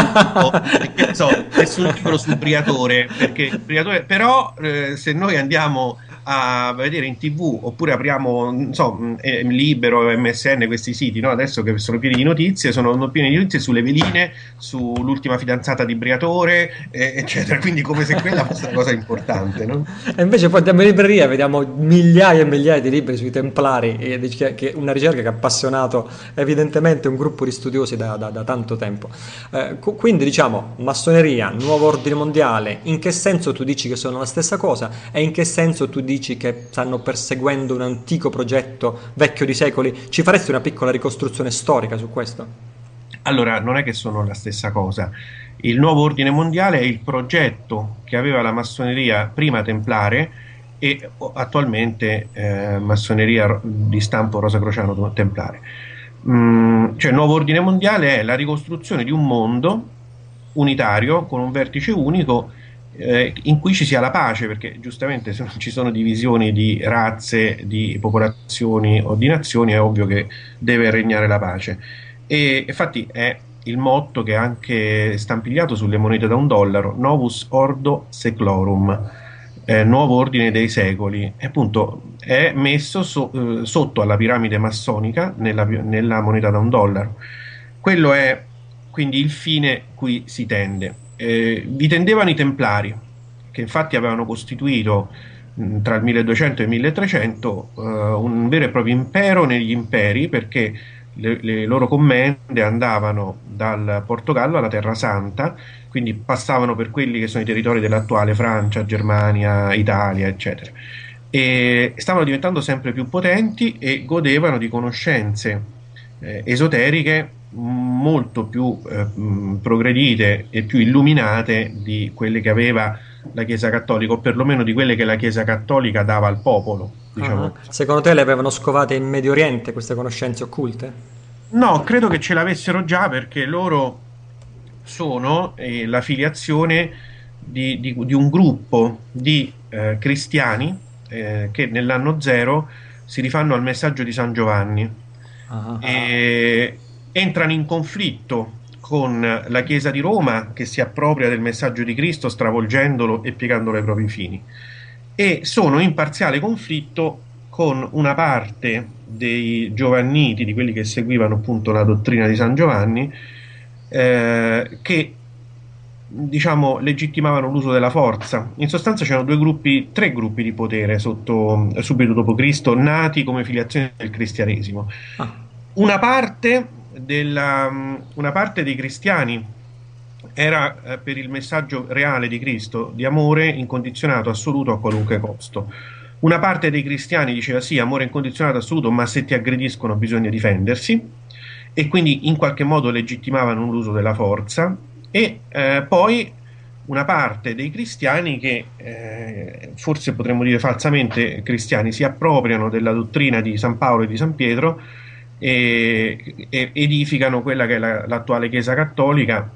che ne so, nessun libro sul Briatore, perché il Briatore, però se noi andiamo a vedere in TV oppure apriamo, non so, Libero, MSN, questi siti, no? Adesso che sono pieni di notizie, sono pieni di notizie sulle veline, sull'ultima fidanzata di Briatore, eccetera. Quindi come se quella fosse una cosa importante, no? E invece poi andiamo in libreria e vediamo migliaia e migliaia di libri sui Templari, una ricerca che ha appassionato evidentemente un gruppo di studiosi da tanto tempo. Quindi diciamo, massoneria, nuovo ordine mondiale, in che senso tu dici che sono la stessa cosa e in che senso tu dici che stanno perseguendo un antico progetto vecchio di secoli? Ci faresti una piccola ricostruzione storica su questo? Allora, non è che sono la stessa cosa. Il nuovo ordine mondiale è il progetto che aveva la massoneria prima templare e attualmente massoneria di stampo rosacrociano templare. Cioè, il nuovo ordine mondiale è la ricostruzione di un mondo unitario con un vertice unico in cui ci sia la pace, perché giustamente se non ci sono divisioni di razze, di popolazioni o di nazioni, è ovvio che deve regnare la pace. E infatti è il motto che è anche stampigliato sulle monete da $1, Novus Ordo Seclorum, nuovo ordine dei secoli. E appunto è messo sotto alla piramide massonica nella moneta da $1. Quello è quindi il fine cui si tende. Vi tendevano i Templari, che infatti avevano costituito tra il 1200 e il 1300 un vero e proprio impero negli imperi, perché le loro commende andavano dal Portogallo alla Terra Santa, quindi passavano per quelli che sono i territori dell'attuale Francia, Germania, Italia, eccetera. E stavano diventando sempre più potenti e godevano di conoscenze esoteriche molto più progredite e più illuminate di quelle che aveva la Chiesa Cattolica, o perlomeno di quelle che la Chiesa Cattolica dava al popolo, Ah, diciamo. secondo te le avevano scovate in Medio Oriente queste conoscenze occulte? No, credo che ce l'avessero già, perché loro sono la filiazione di un gruppo di cristiani che nell'anno zero si rifanno al messaggio di San Giovanni Ah, e entrano in conflitto con la Chiesa di Roma, che si appropria del messaggio di Cristo stravolgendolo e piegandolo ai propri fini, e sono in parziale conflitto con una parte dei giovanniti, di quelli che seguivano appunto la dottrina di San Giovanni, che diciamo legittimavano l'uso della forza. In sostanza c'erano tre gruppi di potere subito dopo Cristo, nati come filiazione del cristianesimo. Ah. Una parte dei cristiani era per il messaggio reale di Cristo, di amore incondizionato, assoluto, a qualunque costo. Una parte dei cristiani diceva sì, amore incondizionato, assoluto, ma se ti aggrediscono bisogna difendersi, e quindi in qualche modo legittimavano l'uso della forza. E poi una parte dei cristiani che forse potremmo dire falsamente cristiani si appropriano della dottrina di San Paolo e di San Pietro e edificano quella che è l'attuale Chiesa Cattolica.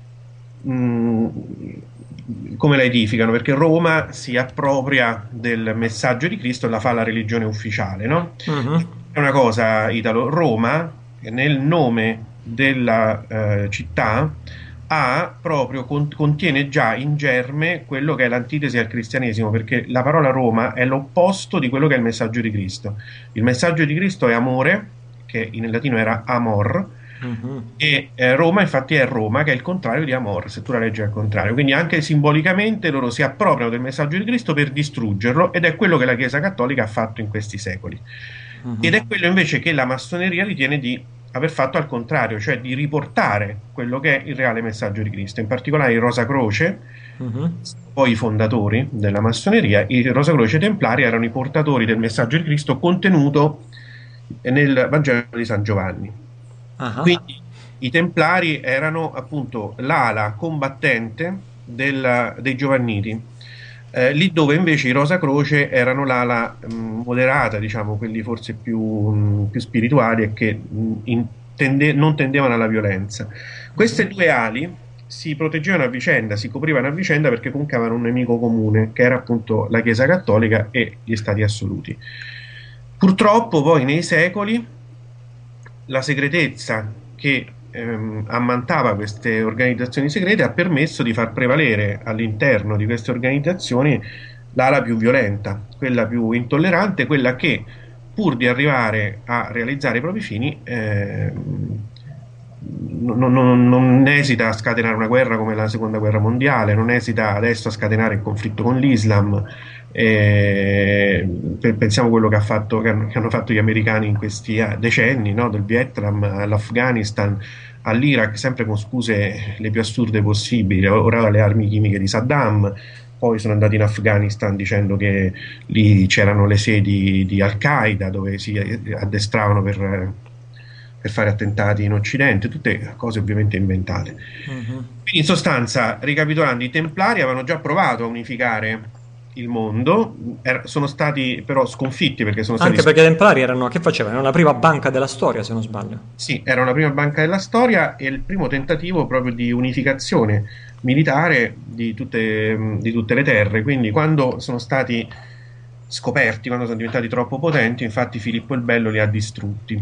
Come la edificano? Perché Roma si appropria del messaggio di Cristo e la fa la religione ufficiale, no? È una cosa, Italo, Roma nel nome della città contiene già in germe quello che è l'antitesi al cristianesimo, perché la parola Roma è l'opposto di quello che è il messaggio di Cristo. Il messaggio di Cristo è amore, che in latino era amor, e Roma infatti è Roma, che è il contrario di amor, se tu la leggi al contrario. Quindi anche simbolicamente loro si appropriano del messaggio di Cristo per distruggerlo, ed è quello che la Chiesa Cattolica ha fatto in questi secoli. Ed è quello invece che la massoneria ritiene di aver fatto al contrario, cioè di riportare quello che è il reale messaggio di Cristo. In particolare i Rosacroce, poi i fondatori della massoneria, i Rosacroce Templari erano i portatori del messaggio di Cristo contenuto nel Vangelo di San Giovanni. Quindi i Templari erano appunto l'ala combattente dei Giovanniti, lì dove invece i Rosacroce erano l'ala moderata, diciamo, quelli forse più spirituali e che non tendevano alla violenza. Queste due ali si proteggevano a vicenda, si coprivano a vicenda, perché comunque avevano un nemico comune, che era appunto la Chiesa Cattolica e gli Stati assoluti. Purtroppo poi nei secoli la segretezza che ammantava queste organizzazioni segrete ha permesso di far prevalere all'interno di queste organizzazioni l'ala più violenta, quella più intollerante, quella che pur di arrivare a realizzare i propri fini non esita a scatenare una guerra come la seconda guerra mondiale, non esita adesso a scatenare il conflitto con l'Islam. Pensiamo a quello che hanno fatto gli americani in questi decenni, no? Dal Vietnam all'Afghanistan all'Iraq, sempre con scuse le più assurde possibili. Ora le armi chimiche di Saddam, poi sono andati in Afghanistan dicendo che lì c'erano le sedi di Al-Qaeda dove si addestravano per fare attentati in Occidente, tutte cose ovviamente inventate. Quindi in sostanza, ricapitolando, i Templari avevano già provato a unificare il mondo, sono stati però sconfitti perché sono stati... Anche perché i Templari erano, che facevano? Erano la prima banca della storia, se non sbaglio. Sì, era la prima banca della storia e il primo tentativo proprio di unificazione militare di tutte le terre. Quindi quando sono stati scoperti, quando sono diventati troppo potenti, infatti Filippo il Bello li ha distrutti.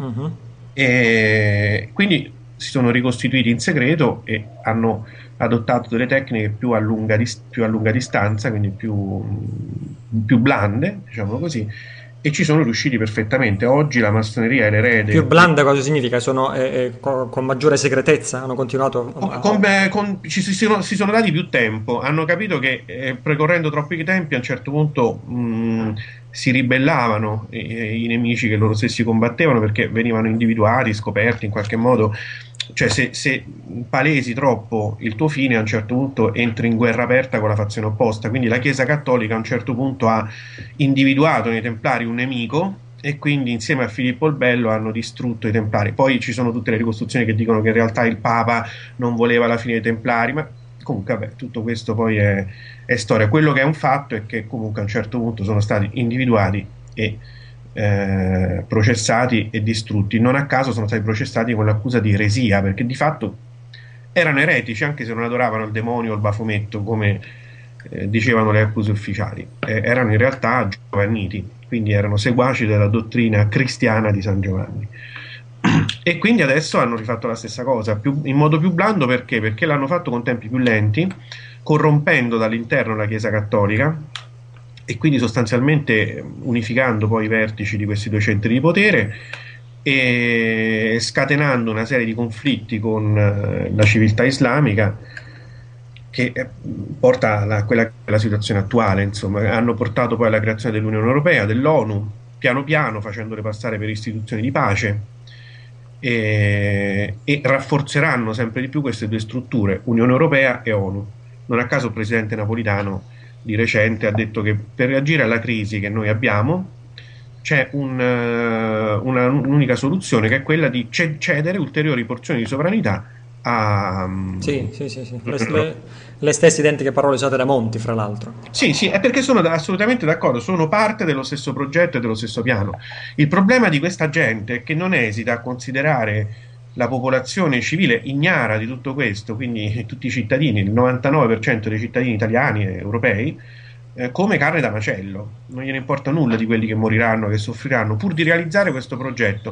E quindi si sono ricostituiti in segreto e hanno adottato delle tecniche più a lunga distanza, quindi più blande, diciamo così, e ci sono riusciti perfettamente. Oggi la massoneria è l'erede. Più blande cosa significa? Sono con maggiore segretezza? Hanno continuato si sono dati più tempo, hanno capito che precorrendo troppi tempi a un certo punto si ribellavano i nemici che loro stessi combattevano, perché venivano individuati, scoperti in qualche modo. Cioè se palesi troppo il tuo fine, a un certo punto entri in guerra aperta con la fazione opposta. Quindi la Chiesa Cattolica a un certo punto ha individuato nei Templari un nemico e quindi insieme a Filippo il Bello hanno distrutto i Templari. Poi ci sono tutte le ricostruzioni che dicono che in realtà il Papa non voleva la fine dei Templari, ma comunque vabbè, tutto questo poi è storia. Quello che è un fatto è che comunque a un certo punto sono stati individuati e processati e distrutti. Non a caso sono stati processati con l'accusa di eresia, perché di fatto erano eretici anche se non adoravano il demonio o il Bafometto come dicevano le accuse ufficiali. Erano in realtà giovanniti, quindi erano seguaci della dottrina cristiana di San Giovanni. E quindi adesso hanno rifatto la stessa cosa in modo più blando. Perché l'hanno fatto con tempi più lenti, corrompendo dall'interno la Chiesa Cattolica, e quindi sostanzialmente unificando poi i vertici di questi due centri di potere e scatenando una serie di conflitti con la civiltà islamica che porta a quella che è la situazione attuale, insomma, hanno portato poi alla creazione dell'Unione Europea, dell'ONU, piano piano facendole passare per istituzioni di pace e rafforzeranno sempre di più queste due strutture, Unione Europea e ONU. Non a caso il presidente Napolitano di recente ha detto che per reagire alla crisi che noi abbiamo c'è un'unica soluzione, che è quella di cedere ulteriori porzioni di sovranità a... Sì, sì, sì, sì. Le stesse identiche parole usate da Monti, fra l'altro. Sì, sì, è perché sono assolutamente d'accordo, sono parte dello stesso progetto e dello stesso piano. Il problema di questa gente è che non esita a considerare la popolazione civile ignara di tutto questo, quindi tutti i cittadini, il 99% dei cittadini italiani e europei, come carne da macello. Non gliene importa nulla di quelli che moriranno, che soffriranno, pur di realizzare questo progetto.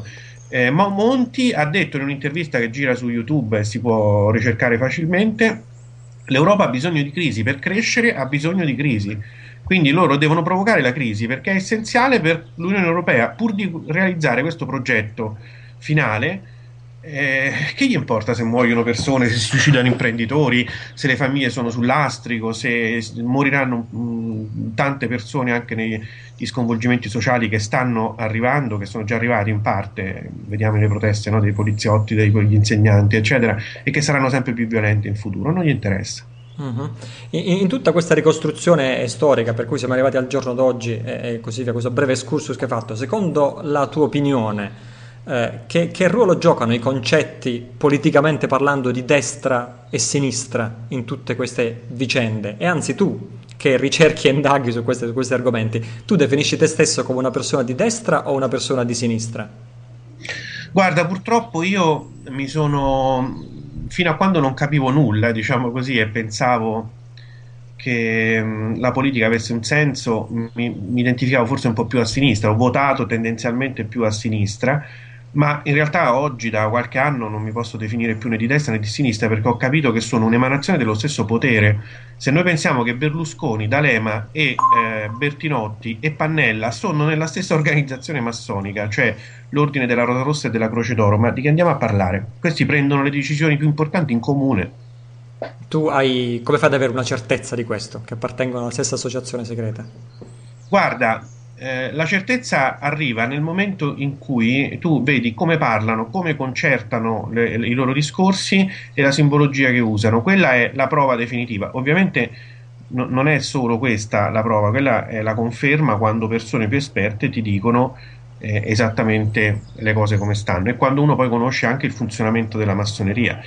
Monti ha detto in un'intervista che gira su YouTube e si può ricercare facilmente: l'Europa ha bisogno di crisi, per crescere ha bisogno di crisi. Quindi loro devono provocare la crisi perché è essenziale per l'Unione Europea, pur di realizzare questo progetto finale. Che gli importa se muoiono persone, se si suicidano imprenditori, se le famiglie sono sul lastrico, se moriranno tante persone anche negli sconvolgimenti sociali che stanno arrivando, che sono già arrivati in parte, vediamo le proteste, no, dei poliziotti, degli insegnanti, eccetera, e che saranno sempre più violenti in futuro. Non gli interessa. Mhm. In tutta questa ricostruzione storica per cui siamo arrivati al giorno d'oggi e così via, questo breve excursus che hai fatto, secondo la tua opinione, che ruolo giocano i concetti politicamente parlando di destra e sinistra in tutte queste vicende? E anzi tu, che ricerchi e indaghi su questi argomenti, tu definisci te stesso come una persona di destra o una persona di sinistra? Guarda, purtroppo io mi sono, fino a quando non capivo nulla, diciamo così, e pensavo che la politica avesse un senso, mi identificavo forse un po' più a sinistra, ho votato tendenzialmente più a sinistra, ma in realtà oggi da qualche anno non mi posso definire più né di destra né di sinistra, perché ho capito che sono un'emanazione dello stesso potere. Se noi pensiamo che Berlusconi, D'Alema e Bertinotti e Pannella sono nella stessa organizzazione massonica, cioè l'Ordine della Rosa Rossa e della Croce d'Oro, ma di che andiamo a parlare? Questi prendono le decisioni più importanti in comune. Come fai ad avere una certezza di questo, che appartengono alla stessa associazione segreta? Guarda, la certezza arriva nel momento in cui tu vedi come parlano, come concertano i loro discorsi e la simbologia che usano. Quella è la prova definitiva. Ovviamente non è solo questa la prova, quella è la conferma quando persone più esperte ti dicono esattamente le cose come stanno, e quando uno poi conosce anche il funzionamento della massoneria.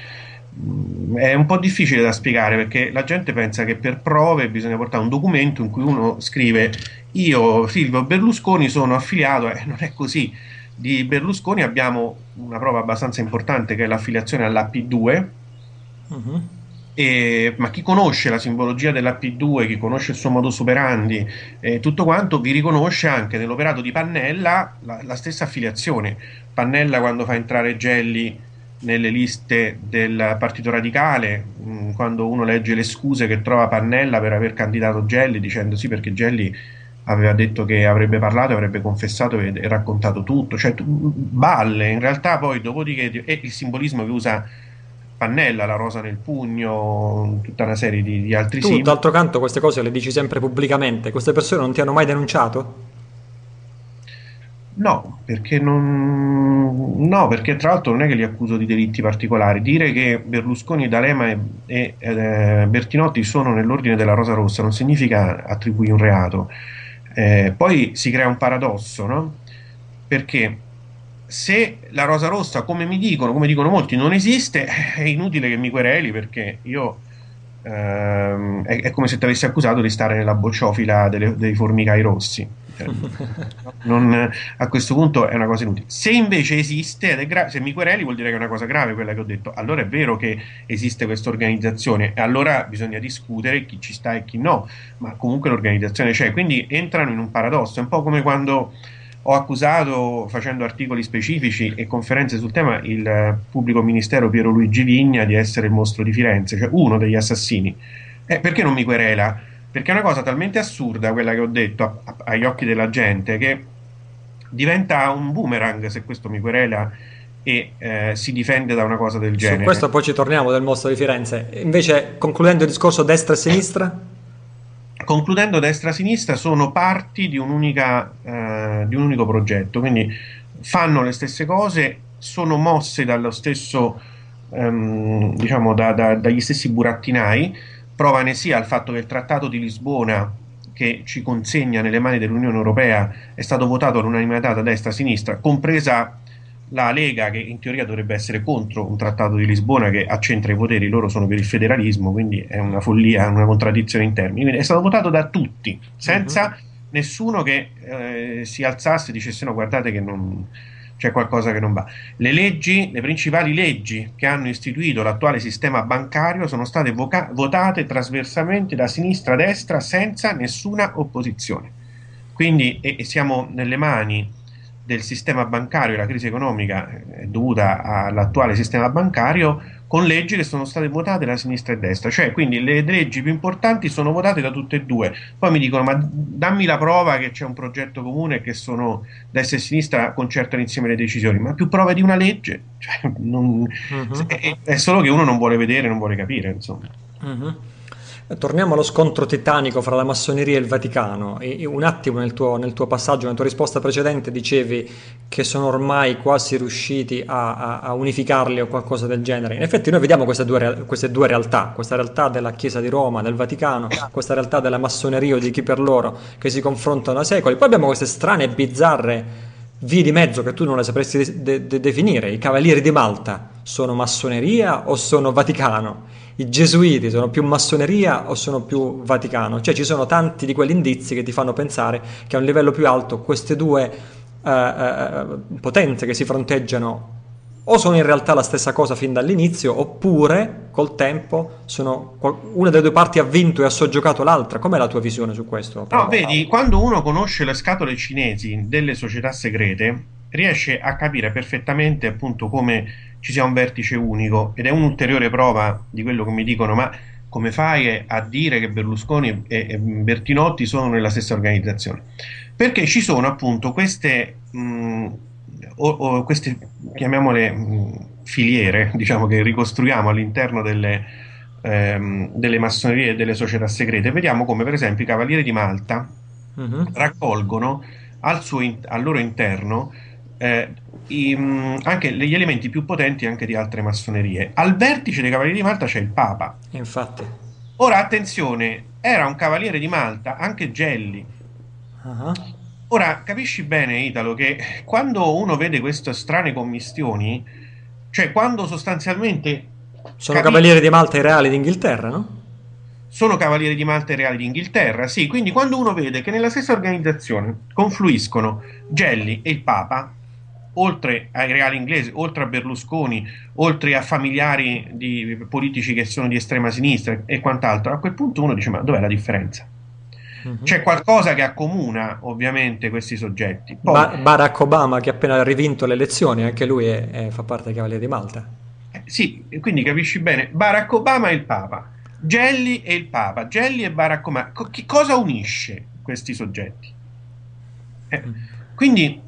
È un po' difficile da spiegare, perché la gente pensa che per prove bisogna portare un documento in cui uno scrive: io Silvio Berlusconi sono affiliato. Non è così. Di Berlusconi abbiamo una prova abbastanza importante, che è l'affiliazione all'AP2. Mhm. Ma chi conosce la simbologia dell'AP2, chi conosce il suo modus operandi, tutto quanto, vi riconosce anche nell'operato di Pannella la stessa affiliazione. Pannella, quando fa entrare Gelli nelle liste del Partito Radicale, quando uno legge le scuse che trova Pannella per aver candidato Gelli, dicendo sì, perché Gelli aveva detto che avrebbe parlato, avrebbe confessato e raccontato tutto, cioè balle. In realtà poi dopodiché, e il simbolismo che usa Pannella, la rosa nel pugno, tutta una serie di altri Tu, simboli. d'altro canto, queste cose le dici sempre pubblicamente. Queste persone non ti hanno mai denunciato? No, perché non... no, perché tra l'altro non è che li accuso di delitti particolari. Dire che Berlusconi, D'Alema e Bertinotti sono nell'ordine della Rosa Rossa non significa attribuire un reato. Poi si crea un paradosso, no? Perché se la Rosa Rossa, come dicono molti, non esiste, è inutile che mi quereli, perché io è come se ti avessi accusato di stare nella bocciofila dei formicai rossi. Cioè, a questo punto è una cosa inutile. Se invece esiste ed è se mi quereli, vuol dire che è una cosa grave quella che ho detto. Allora è vero che esiste questa organizzazione, e allora bisogna discutere chi ci sta e chi no, ma comunque l'organizzazione c'è. Quindi entrano in un paradosso. È un po' come quando ho accusato, facendo articoli specifici e conferenze sul tema, il pubblico ministero Piero Luigi Vigna di essere il mostro di Firenze, cioè uno degli assassini. Perché non mi querela? perché è una cosa talmente assurda quella che ho detto agli occhi della gente che diventa un boomerang se questo mi querela e si difende da una cosa del Su genere. questo poi ci torniamo del mostro di Firenze. Invece, concludendo il discorso destra e sinistra, Concludendo, destra-sinistra sono parti di un unico progetto, quindi fanno le stesse cose, sono mosse dallo stesso, diciamo, dagli stessi burattinai. Prova ne sia il fatto che il Trattato di Lisbona, che ci consegna nelle mani dell'Unione Europea, è stato votato all'unanimità da destra a sinistra, compresa la Lega, che in teoria dovrebbe essere contro un trattato di Lisbona che accentra i poteri, loro sono per il federalismo, quindi è una follia, una contraddizione in termini. Quindi è stato votato da tutti, senza nessuno che si alzasse e dicesse no, guardate che non c'è qualcosa che non va. Le leggi, le principali leggi che hanno istituito l'attuale sistema bancario sono state votate trasversalmente da sinistra a destra senza nessuna opposizione. Quindi siamo nelle mani del sistema bancario, la crisi economica è dovuta all'attuale sistema bancario, con leggi che sono state votate da sinistra e destra, cioè quindi le leggi più importanti sono votate da tutte e due. Poi mi dicono ma dammi la prova che c'è un progetto comune e che sono destra e sinistra concertano insieme le decisioni, ma più prove di una legge, cioè, è solo che uno non vuole vedere, non vuole capire, insomma. torniamo allo scontro titanico fra la massoneria e il Vaticano. Un attimo nel tuo passaggio, nella tua risposta precedente, dicevi che sono ormai quasi riusciti a unificarli o qualcosa del genere. In effetti noi vediamo queste due realtà, questa realtà della Chiesa di Roma, del Vaticano, questa realtà della massoneria o di chi per loro, che si confrontano da secoli. Poi abbiamo queste strane e bizzarre vie di mezzo che tu non le sapresti definire. I Cavalieri di Malta sono massoneria o sono Vaticano? I gesuiti sono più massoneria o sono più Vaticano? Cioè ci sono tanti di quegli indizi che ti fanno pensare che a un livello più alto queste due potenze che si fronteggiano o sono in realtà la stessa cosa fin dall'inizio, oppure col tempo una delle due parti ha vinto e ha soggiogato l'altra. Com'è la tua visione su questo, No, Paolo? vedi, quando uno conosce le scatole cinesi delle società segrete, riesce a capire perfettamente appunto come ci sia un vertice unico ed è un'ulteriore prova di quello che mi dicono, ma come fai a dire che Berlusconi e Bertinotti sono nella stessa organizzazione? Perché ci sono appunto queste, chiamiamole filiere, diciamo, che ricostruiamo all'interno delle massonerie e delle società segrete. Vediamo come per esempio i Cavalieri di Malta Mhm. raccolgono al loro interno anche gli elementi più potenti anche di altre massonerie. Al vertice dei Cavalieri di Malta c'è il Papa. Infatti. Ora, attenzione, era un Cavaliere di Malta anche Gelli. Ah. Ora, capisci bene, Italo, che quando uno vede queste strane commistioni, cioè quando sostanzialmente Sono capisci Cavalieri di Malta e Reali d'Inghilterra, no? sono Cavalieri di Malta e Reali d'Inghilterra, sì, quindi quando uno vede che nella stessa organizzazione confluiscono Gelli e il Papa, oltre ai reali inglesi, oltre a Berlusconi, oltre a familiari di politici che sono di estrema sinistra e quant'altro, a quel punto uno dice: ma dov'è la differenza? C'è qualcosa che accomuna ovviamente questi soggetti. Poi, Barack Obama, che ha appena rivinto le elezioni, anche lui fa parte dei Cavalieri di Malta. sì, quindi capisci bene, Barack Obama e il Papa, Gelli e il Papa, Gelli e Barack Obama, che cosa unisce questi soggetti? Eh, quindi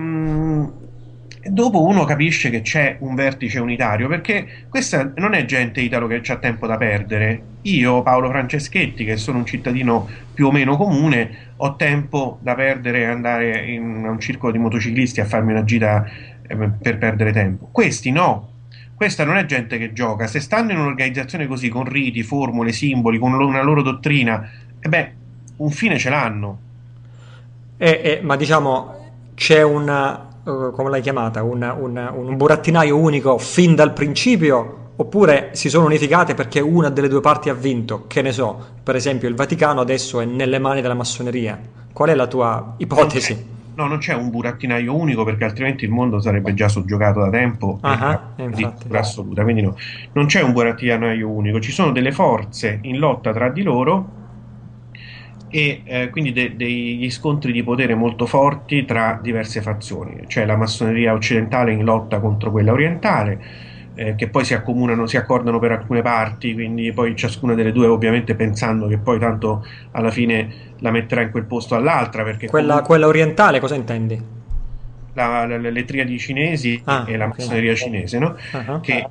dopo uno capisce che c'è un vertice unitario, perché questa non è gente, Italo, che ha tempo da perdere. Io, Paolo Franceschetti, che sono un cittadino più o meno comune, ho tempo da perdere e andare in un circolo di motociclisti a farmi una gita per perdere tempo. Questi no. Questa non è gente che gioca. Se stanno in un'organizzazione così, con riti, formule, simboli, con una loro dottrina, un fine ce l'hanno. Ma diciamo c'è come l'hai chiamata, un burattinaio unico fin dal principio, oppure si sono unificate perché una delle due parti ha vinto? Che ne so, per esempio il Vaticano adesso è nelle mani della massoneria. Qual è la tua Non c'è, ipotesi? no, non c'è un burattinaio unico, perché altrimenti il mondo sarebbe già soggiogato da tempo e a Infatti. dittatura assoluta. Quindi no, non c'è un burattinaio unico, ci sono delle forze in lotta tra di loro e quindi degli scontri di potere molto forti tra diverse fazioni. C'è la massoneria occidentale in lotta contro quella orientale, che poi si accomunano, si accordano per alcune parti, quindi poi ciascuna delle due ovviamente pensando che poi tanto alla fine la metterà in quel posto all'altra, perché comunque Quella orientale, cosa intendi? le triadi cinesi e Ah, la ok. massoneria cinese, no? Ah, Che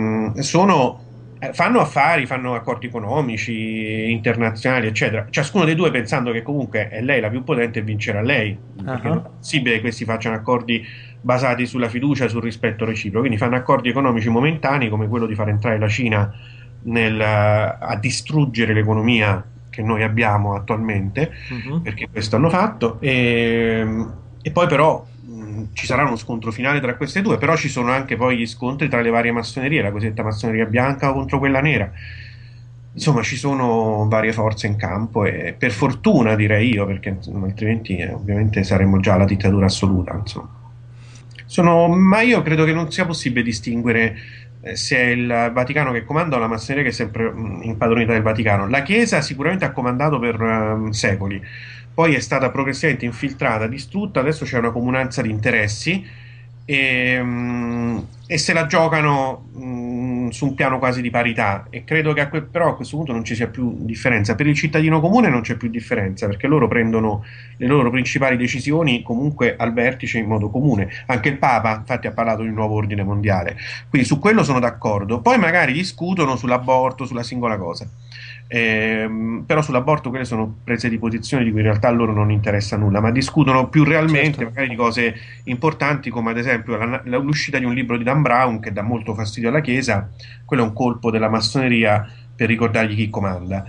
fanno affari, fanno accordi economici internazionali, eccetera. Ciascuno dei due pensando che comunque è lei la più potente e vincerà lei, perché non ah, è possibile che questi facciano accordi basati sulla fiducia e sul rispetto reciproco. Quindi fanno accordi economici momentanei, come quello di far entrare la Cina a distruggere l'economia che noi abbiamo attualmente, mhm. perché questo hanno fatto, e poi però ci sarà uno scontro finale tra queste due, però ci sono anche poi gli scontri tra le varie massonerie, la cosiddetta massoneria bianca contro quella nera. Insomma, ci sono varie forze in campo e per fortuna direi io, perché insomma, altrimenti ovviamente saremmo già alla dittatura assoluta, insomma. Ma io credo che non sia possibile distinguere se è il Vaticano che comanda o la massoneria che è sempre impadronita del Vaticano. La Chiesa sicuramente ha comandato per secoli, poi è stata progressivamente infiltrata, distrutta, adesso c'è una comunanza di interessi e se la giocano su un piano quasi di parità e credo che però a questo punto non ci sia più differenza. Per il cittadino comune non c'è più differenza perché loro prendono le loro principali decisioni comunque al vertice in modo comune. Anche il Papa, infatti, ha parlato di un nuovo ordine mondiale. Quindi su quello sono d'accordo. Poi magari discutono sull'aborto, sulla singola cosa. Però sull'aborto quelle sono prese di posizione di cui in realtà a loro non interessa nulla, ma discutono più realmente Certo. magari di cose importanti come ad esempio l'uscita di un libro di Dan Brown che dà molto fastidio alla Chiesa. Quello è un colpo della massoneria per ricordargli chi comanda.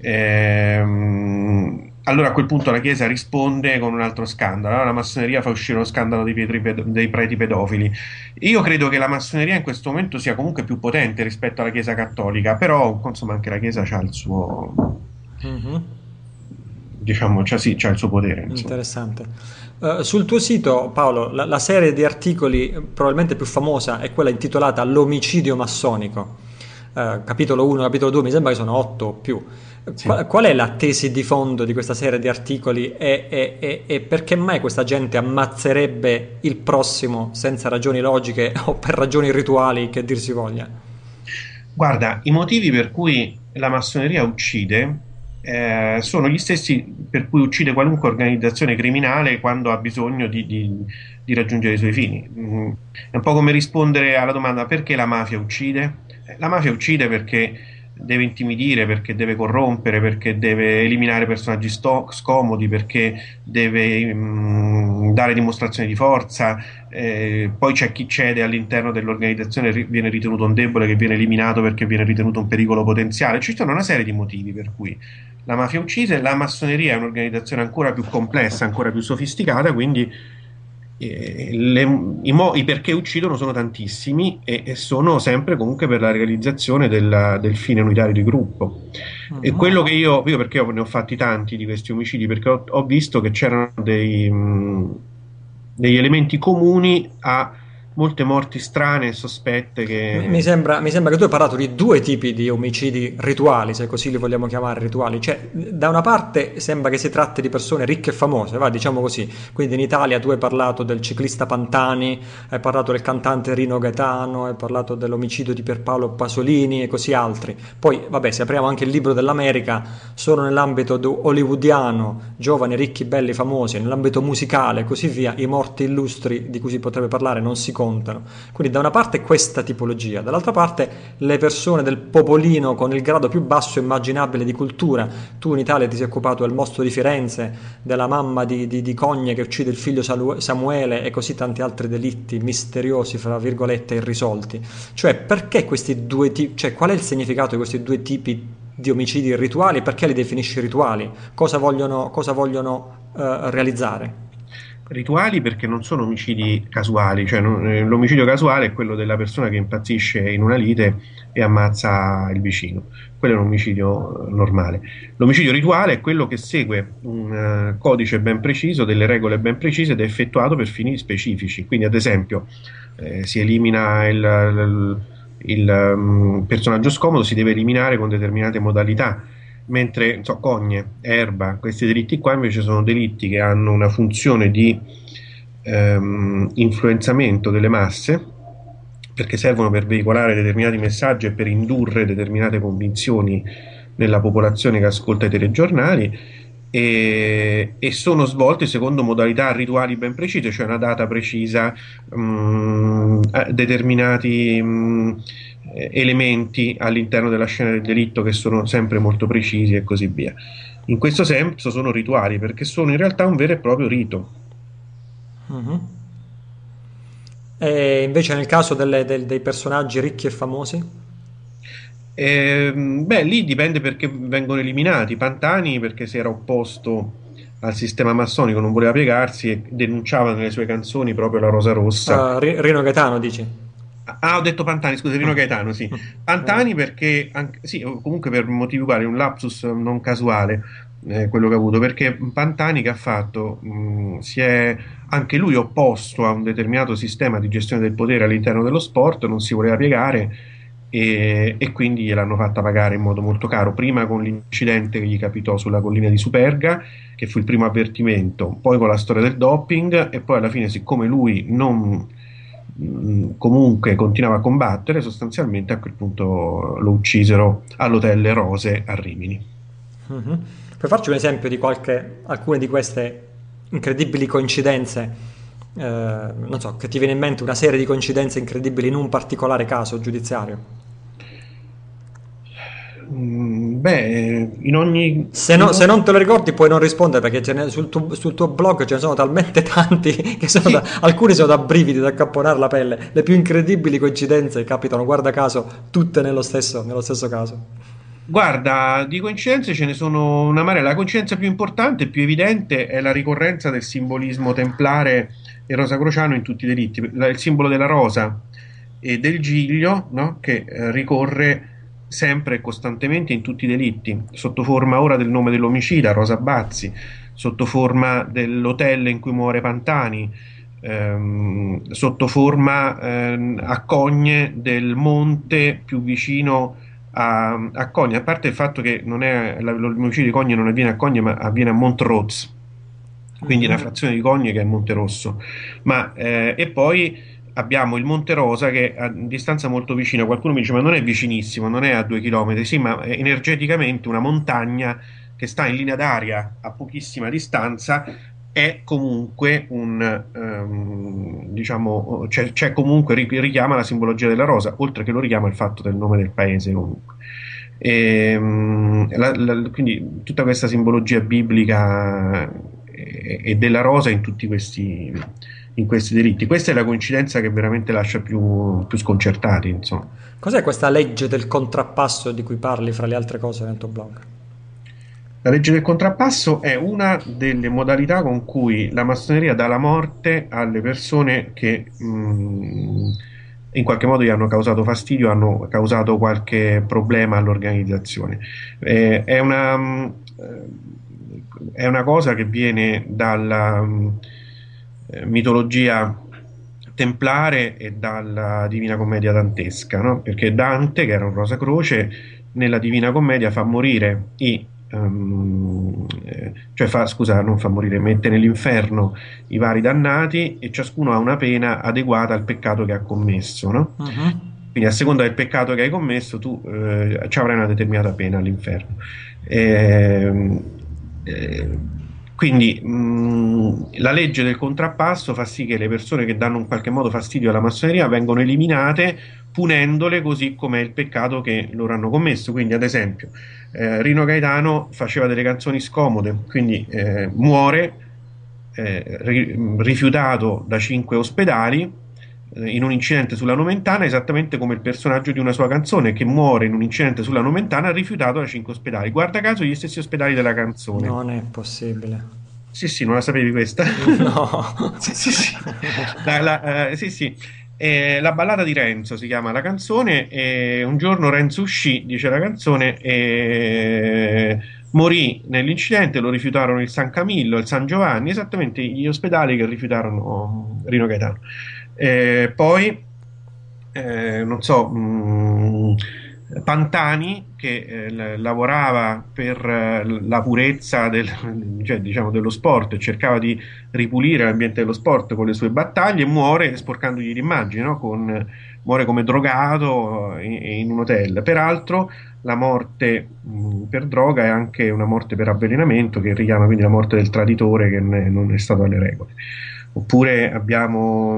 Allora a quel punto la Chiesa risponde con un altro scandalo. Allora la massoneria fa uscire lo scandalo dei preti pedofili. Io credo che la massoneria in questo momento sia comunque più potente rispetto alla Chiesa cattolica, però insomma anche la Chiesa ha il suo, Mhm. diciamo, sì, c'ha il suo potere, insomma. Interessante. Sul tuo sito, Paolo, la serie di articoli probabilmente più famosa è quella intitolata L'omicidio massonico. Capitolo 1, capitolo 2, mi sembra che sono 8 o più. Sì. Qual è la tesi di fondo di questa serie di articoli e perché mai questa gente ammazzerebbe il prossimo senza ragioni logiche o per ragioni rituali che dir si voglia? Guarda, i motivi per cui la massoneria uccide sono gli stessi per cui uccide qualunque organizzazione criminale quando ha bisogno di raggiungere i suoi fini. È un po' come rispondere alla domanda perché la mafia uccide? La mafia uccide perché deve intimidire, perché deve corrompere, perché deve eliminare personaggi scomodi, perché deve dare dimostrazioni di forza. Poi c'è chi cede all'interno dell'organizzazione, viene ritenuto un debole che viene eliminato perché viene ritenuto un pericolo potenziale. Ci sono una serie di motivi per cui la mafia uccise. La massoneria è un'organizzazione ancora più complessa, ancora più sofisticata, quindi i perché uccidono sono tantissimi e sono sempre comunque per la realizzazione del fine unitario di gruppo. E Mhm. quello che io perché ne ho fatti tanti di questi omicidi, perché ho visto che c'erano degli elementi comuni a molte morti strane e sospette che. Mi sembra che tu hai parlato di due tipi di omicidi rituali, se così li vogliamo chiamare rituali. Cioè, da una parte sembra che si tratti di persone ricche e famose, va, diciamo così. Quindi in Italia tu hai parlato del ciclista Pantani, hai parlato del cantante Rino Gaetano, hai parlato dell'omicidio di Pierpaolo Pasolini e così altri. Poi, vabbè, se apriamo anche il libro dell'America, solo nell'ambito hollywoodiano, giovani, ricchi, belli, famosi, nell'ambito musicale e così via, i morti illustri di cui si potrebbe parlare non si contano. Quindi da una parte questa tipologia, dall'altra parte le persone del popolino con il grado più basso immaginabile di cultura. Tu in Italia ti sei occupato del mostro di Firenze, della mamma di Cogne che uccide il figlio Samuele e così tanti altri delitti misteriosi, fra virgolette, irrisolti. Cioè perché questi due tipi, cioè qual è il significato di questi due tipi di omicidi rituali? Perché li definisci rituali? Cosa vogliono realizzare? Rituali perché non sono omicidi casuali, cioè l'omicidio casuale è quello della persona che impazzisce in una lite e ammazza il vicino. Quello è un omicidio normale. L'omicidio rituale è quello che segue un codice ben preciso, delle regole ben precise ed è effettuato per fini specifici. Quindi, ad esempio, si elimina il personaggio scomodo, si deve eliminare con determinate modalità mentre non so, Cogne, Erba, questi delitti qua invece sono delitti che hanno una funzione di influenzamento delle masse perché servono per veicolare determinati messaggi e per indurre determinate convinzioni nella popolazione che ascolta i telegiornali, e sono svolti secondo modalità rituali ben precise, cioè una data precisa, determinati elementi all'interno della scena del delitto che sono sempre molto precisi e così via. In questo senso sono rituali perché sono in realtà un vero e proprio rito. Mhm. E invece nel caso dei personaggi ricchi e famosi? Beh, lì dipende perché vengono eliminati. Pantani perché si era opposto al sistema massonico, non voleva piegarsi e denunciava nelle sue canzoni proprio la Rosa Rossa. Rino Gaetano, dici? Ah, ho detto Pantani, scusa, Rino Mm. Gaetano, sì. Mm. Pantani perché, sì, o comunque per motivi uguali, un lapsus non casuale, quello che ha avuto, perché Pantani che ha fatto, si è anche lui opposto a un determinato sistema di gestione del potere all'interno dello sport, non si voleva piegare e quindi gliel'hanno fatta pagare in modo molto caro, prima con l'incidente che gli capitò sulla collina di Superga, che fu il primo avvertimento, poi con la storia del doping e poi alla fine, siccome lui non comunque continuava a combattere, sostanzialmente a quel punto lo uccisero all'hotel Le Rose a Rimini. Mhm. Puoi farci un esempio di alcune di queste incredibili coincidenze? Non so, che ti viene in mente una serie di coincidenze incredibili in un particolare caso giudiziario? Beh, in ogni, Se non te lo ricordi puoi non rispondere perché sul tuo blog ce ne sono talmente tanti che sì, alcuni sono da brividi, da accapponare la pelle. Le più incredibili coincidenze capitano, guarda caso, tutte nello stesso caso. guarda, di coincidenze ce ne sono una marea. La coincidenza più importante e più evidente è la ricorrenza del simbolismo templare e rosacrociano in tutti i delitti. Il simbolo della rosa e del giglio, no? Che ricorre sempre e costantemente in tutti i delitti, sotto forma ora del nome dell'omicida, Rosa Bazzi, sotto forma dell'hotel in cui muore Pantani, sotto forma a Cogne del monte più vicino a Cogne, a parte il fatto che non è, l'omicidio di Cogne non avviene a Cogne ma avviene a Montrose, quindi una Mhm. frazione di Cogne che è Monterosso. E poi abbiamo il Monte Rosa che è a distanza molto vicina. Qualcuno mi dice: Ma non è vicinissimo, non è a 2 chilometri. Sì, ma è energeticamente una montagna che sta in linea d'aria a pochissima distanza. È comunque diciamo, c'è comunque richiama la simbologia della rosa, oltre che lo richiama il fatto del nome del paese comunque. Quindi tutta questa simbologia biblica e della rosa in questi delitti. Questa è la coincidenza che veramente lascia più sconcertati, insomma. Cos'è questa legge del contrappasso di cui parli fra le altre cose nel tuo blog? La legge del contrappasso è una delle modalità con cui la massoneria dà la morte alle persone che in qualche modo gli hanno causato fastidio, hanno causato qualche problema all'organizzazione. È una cosa che viene dalla mitologia templare e dalla Divina Commedia dantesca, no? Perché Dante, che era un Rosacroce, nella Divina Commedia fa morire scusa, non fa morire, mette nell'inferno i vari dannati e ciascuno ha una pena adeguata al peccato che ha commesso, no? Mhm. Quindi a seconda del peccato che hai commesso tu ci avrai una determinata pena all'inferno. Ehm, eh, quindi la legge del contrappasso fa sì che le persone che danno in qualche modo fastidio alla massoneria vengono eliminate punendole così come il peccato che loro hanno commesso. Quindi, ad esempio, Rino Gaetano faceva delle canzoni scomode, quindi muore rifiutato da 5 ospedali in un incidente sulla Nomentana, esattamente come il personaggio di una sua canzone che muore in un incidente sulla Nomentana rifiutato da 5 ospedali. Guarda caso, gli stessi ospedali della canzone. Non è possibile. Sì, sì, non la sapevi questa? No. Sì, sì, sì. Sì, sì. La ballata di Renzo si chiama la canzone. E un giorno Renzo uscì, dice la canzone, e morì nell'incidente. Lo rifiutarono il San Camillo, il San Giovanni, esattamente gli ospedali che rifiutarono Rino Gaetano. Poi, non so, Pantani che lavorava per la purezza cioè, diciamo, dello sport e cercava di ripulire l'ambiente dello sport con le sue battaglie, muore sporcandogli l'immagine, no? muore come drogato in un hotel. Peraltro la morte per droga è anche una morte per avvelenamento, che richiama quindi la morte del traditore che non è stato alle regole. Oppure abbiamo,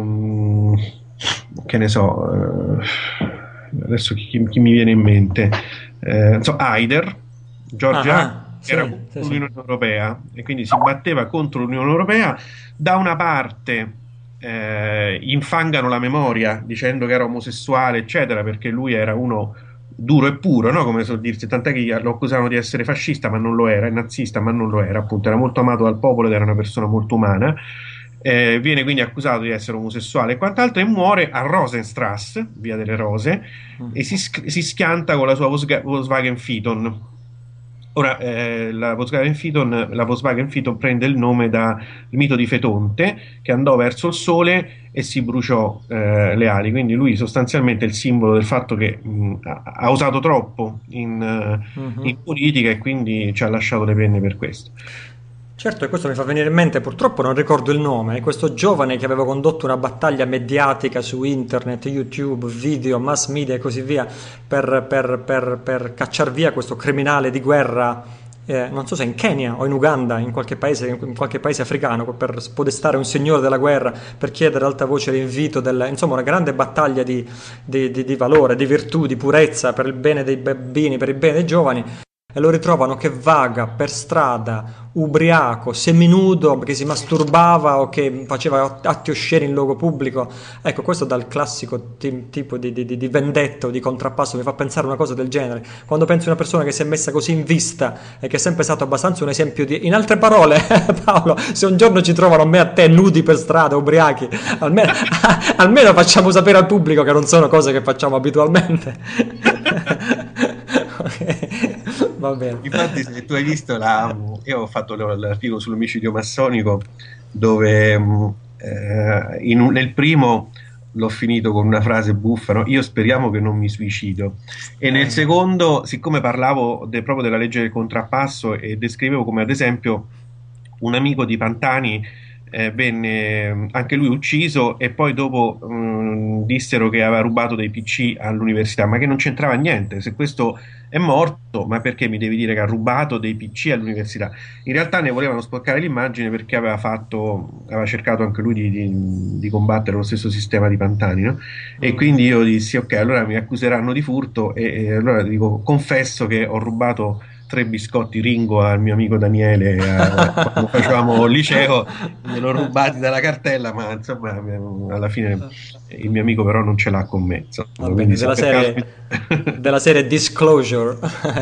che ne so, adesso chi mi viene in mente? Haider, George Haider, che era contro l'Unione Europea e quindi si batteva contro l'Unione Europea. Da una parte infangano la memoria dicendo che era omosessuale, eccetera, perché lui era uno duro e puro, no? Come so dirsi, tant'è che lo accusavano di essere fascista, ma non lo era, e nazista, ma non lo era, appunto, era molto amato dal popolo ed era una persona molto umana. Viene quindi accusato di essere omosessuale e quant'altro, e muore a Rosenstrasse, via delle Rose, e si schianta con la sua Volkswagen Phaeton. Ora, la Volkswagen Phaeton prende il nome dal mito di Fetonte, che andò verso il sole e si bruciò le ali. Quindi lui sostanzialmente è il simbolo del fatto che ha usato troppo in politica, e quindi ci ha lasciato le penne per questo. Certo, e questo mi fa venire in mente, purtroppo non ricordo il nome, questo giovane che aveva condotto una battaglia mediatica su internet, YouTube, video, mass media e così via per cacciar via questo criminale di guerra, non so se in Kenya o in Uganda, in qualche paese africano, per spodestare un signore della guerra, per chiedere ad alta voce l'invito, insomma una grande battaglia di valore, di virtù, di purezza per il bene dei bambini, per il bene dei giovani. E lo ritrovano che vaga per strada, ubriaco, seminudo, che si masturbava o che faceva atti osceni in luogo pubblico. Ecco, questo dal classico tipo di vendetta o di contrappasso mi fa pensare una cosa del genere. Quando penso a una persona che si è messa così in vista e che è sempre stato abbastanza un esempio di... In altre parole, Paolo, se un giorno ci trovano me e a te nudi per strada, ubriachi, almeno facciamo sapere al pubblico che non sono cose che facciamo abitualmente. Va bene. Infatti, se tu hai visto io ho fatto l'articolo sull'omicidio massonico, dove nel primo l'ho finito con una frase buffa, no? Io speriamo che non mi suicido, e nel secondo, siccome parlavo proprio della legge del contrappasso e descrivevo come ad esempio un amico di Pantani venne anche lui ucciso, e poi dopo dissero che aveva rubato dei PC all'università, ma che non c'entrava niente. Se questo è morto, ma perché mi devi dire che ha rubato dei PC all'università? In realtà ne volevano sporcare l'immagine perché aveva cercato anche lui di combattere lo stesso sistema di Pantani, no? E quindi io dissi ok, allora mi accuseranno di furto, e allora dico, confesso che ho rubato 3 biscotti Ringo al mio amico Daniele quando facevamo liceo, me l'ho rubati dalla cartella, ma insomma alla fine il mio amico però non ce l'ha con me, va bene, della serie Disclosure.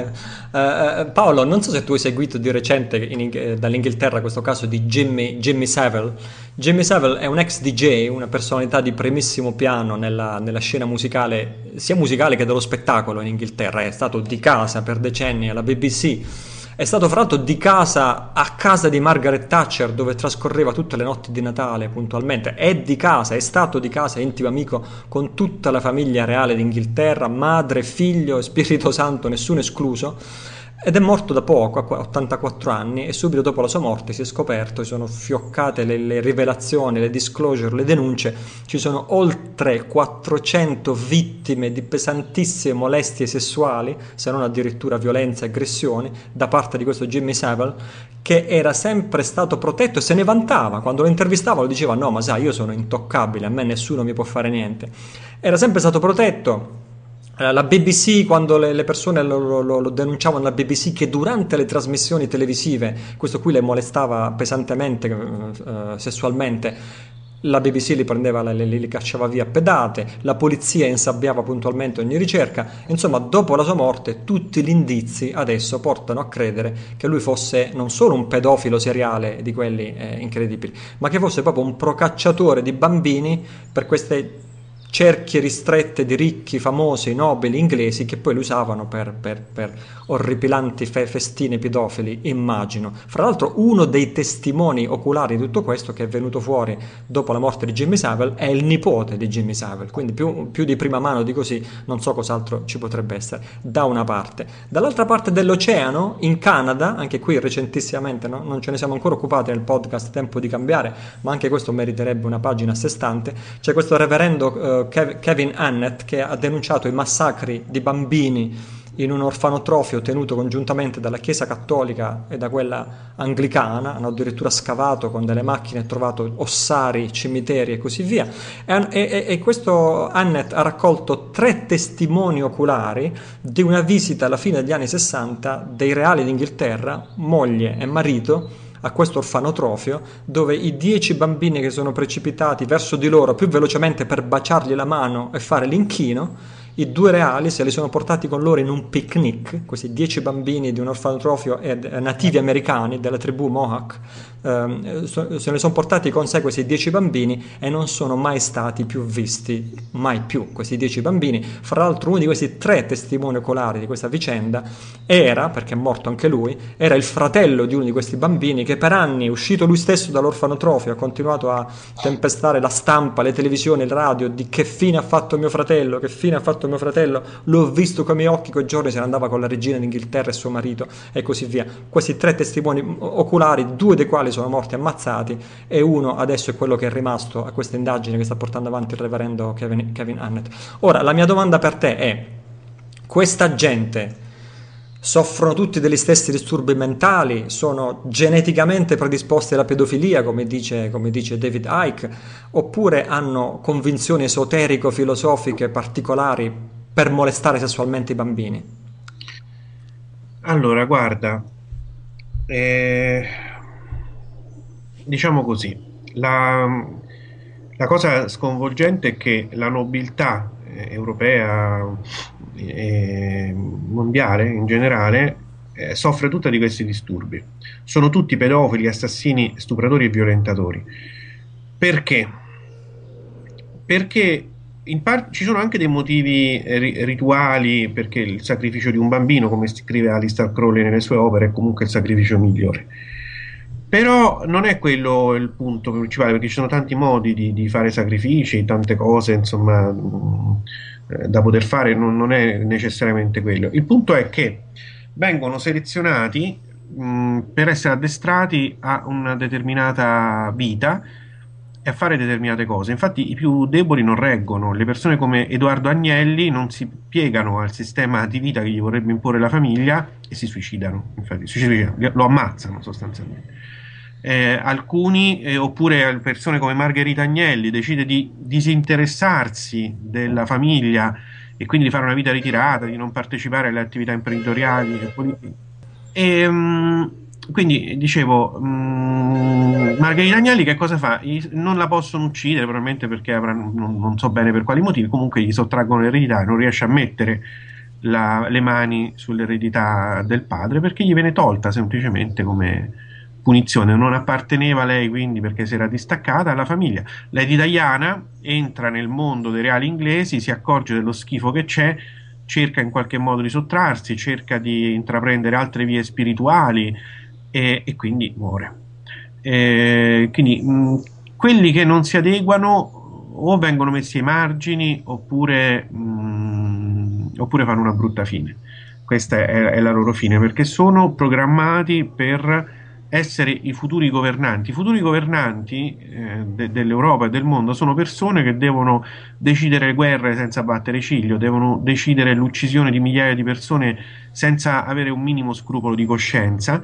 Paolo, non so se tu hai seguito di recente dall'Inghilterra questo caso di Jimmy Savile. Jimmy Savile è un ex DJ, una personalità di primissimo piano nella scena musicale, sia musicale che dello spettacolo in Inghilterra. È stato di casa per decenni alla BBC, è stato fra l'altro di casa a casa di Margaret Thatcher, dove trascorreva tutte le notti di Natale puntualmente. È stato di casa, intimo amico con tutta la famiglia reale d'Inghilterra, madre, figlio, Spirito Santo, nessuno escluso. Ed è morto da poco, a 84 anni, e subito dopo la sua morte si è scoperto, si sono fioccate le rivelazioni, le disclosure, le denunce. Ci sono oltre 400 vittime di pesantissime molestie sessuali, se non addirittura violenze e aggressioni, da parte di questo Jimmy Savile, che era sempre stato protetto e se ne vantava. Quando lo intervistava lo diceva: no, ma sai, io sono intoccabile, a me nessuno mi può fare niente. Era sempre stato protetto. La BBC, quando le persone lo denunciavano alla BBC che durante le trasmissioni televisive questo qui le molestava pesantemente sessualmente, la BBC li prendeva, li cacciava via a pedate, la polizia insabbiava puntualmente ogni ricerca. Insomma, dopo la sua morte tutti gli indizi adesso portano a credere che lui fosse non solo un pedofilo seriale di quelli incredibili, ma che fosse proprio un procacciatore di bambini per queste cerchie ristrette di ricchi, famosi, nobili inglesi, che poi lo usavano per orripilanti festini pedofili, immagino. Fra l'altro uno dei testimoni oculari di tutto questo, che è venuto fuori dopo la morte di Jimmy Savile, è il nipote di Jimmy Savile, quindi più di prima mano di così non so cos'altro ci potrebbe essere, da una parte. Dall'altra parte dell'oceano, in Canada, anche qui recentissimamente, no? Non ce ne siamo ancora occupati nel podcast Tempo di cambiare, ma anche questo meriterebbe una pagina a sé stante, c'è questo reverendo Kevin Annett, che ha denunciato i massacri di bambini in un orfanotrofio tenuto congiuntamente dalla Chiesa Cattolica e da quella anglicana. Hanno addirittura scavato con delle macchine e trovato ossari, cimiteri e così via. E questo Annett ha raccolto 3 testimoni oculari di una visita alla fine degli anni 60 dei reali d'Inghilterra, moglie e marito, a questo orfanotrofio, dove i 10 bambini che sono precipitati verso di loro più velocemente per baciargli la mano e fare l'inchino, i 2 reali se li sono portati con loro in un picnic. Questi 10 bambini di un orfanotrofio nativi americani della tribù Mohawk, se ne sono portati con sé questi 10 bambini e non sono mai stati più visti, mai più, questi 10 bambini. Fra l'altro uno di questi 3 testimoni oculari di questa vicenda era, perché è morto anche lui, era il fratello di uno di questi bambini, che per anni, uscito lui stesso dall'orfanotrofio, ha continuato a tempestare la stampa, le televisioni, il radio, di che fine ha fatto mio fratello, che fine ha fatto mio fratello, l'ho visto con i miei occhi quei giorni, se ne andava con la regina d'Inghilterra e suo marito e così via. Questi 3 testimoni oculari, 2 dei quali sono morti ammazzati, e uno adesso è quello che è rimasto a questa indagine che sta portando avanti il reverendo Kevin Annett. Ora, la mia domanda per te è: questa gente soffrono tutti degli stessi disturbi mentali, sono geneticamente predisposti alla pedofilia, come dice David Icke, oppure hanno convinzioni esoterico-filosofiche particolari per molestare sessualmente i bambini? Allora, guarda, diciamo così, la cosa sconvolgente è che la nobiltà europea e mondiale in generale soffre tutta di questi disturbi. Sono tutti pedofili, assassini, stupratori e violentatori. Perché? Perché ci sono anche dei motivi rituali, perché il sacrificio di un bambino, come scrive Alistair Crowley nelle sue opere, è comunque il sacrificio migliore. Però non è quello il punto principale, perché ci sono tanti modi di fare sacrifici, tante cose, insomma, da poter fare, non è necessariamente quello. Il punto è che vengono selezionati per essere addestrati a una determinata vita e a fare determinate cose. Infatti i più deboli non reggono. Le persone come Edoardo Agnelli non si piegano al sistema di vita che gli vorrebbe imporre la famiglia e si suicidano. Infatti lo ammazzano sostanzialmente. Alcuni, oppure persone come Margherita Agnelli, decide di disinteressarsi della famiglia e quindi di fare una vita ritirata, di non partecipare alle attività imprenditoriali e politiche. Quindi dicevo, Margherita Agnelli che cosa fa? Non la possono uccidere, probabilmente perché non so bene per quali motivi, comunque gli sottraggono l'eredità e non riesce a mettere le mani sull'eredità del padre, perché gli viene tolta semplicemente come punizione. Non apparteneva a lei, quindi, perché si era distaccata alla famiglia. Lady Diana entra nel mondo dei reali inglesi, si accorge dello schifo che c'è, cerca in qualche modo di sottrarsi, cerca di intraprendere altre vie spirituali e quindi muore. Quindi quelli che non si adeguano o vengono messi ai margini oppure fanno una brutta fine. Questa è la loro fine, perché sono programmati per essere i futuri governanti. I futuri governanti dell'Europa e del mondo sono persone che devono decidere guerre senza battere ciglio, devono decidere l'uccisione di migliaia di persone senza avere un minimo scrupolo di coscienza,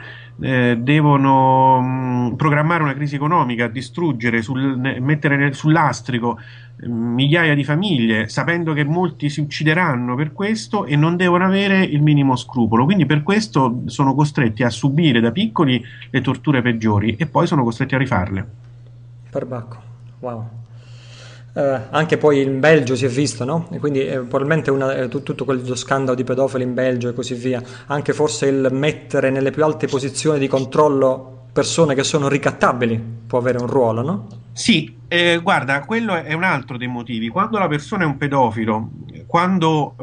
devono programmare una crisi economica, distruggere, mettere sul lastrico migliaia di famiglie, sapendo che molti si uccideranno per questo e non devono avere il minimo scrupolo. Quindi per questo sono costretti a subire da piccoli le torture peggiori e poi sono costretti a rifarle. Perbacco, wow. Anche poi in Belgio si è visto, no? E quindi probabilmente tutto quello scandalo di pedofili in Belgio e così via, anche forse il mettere nelle più alte posizioni di controllo persone che sono ricattabili può avere un ruolo, no? Sì, guarda, quello è un altro dei motivi. Quando la persona è un pedofilo, quando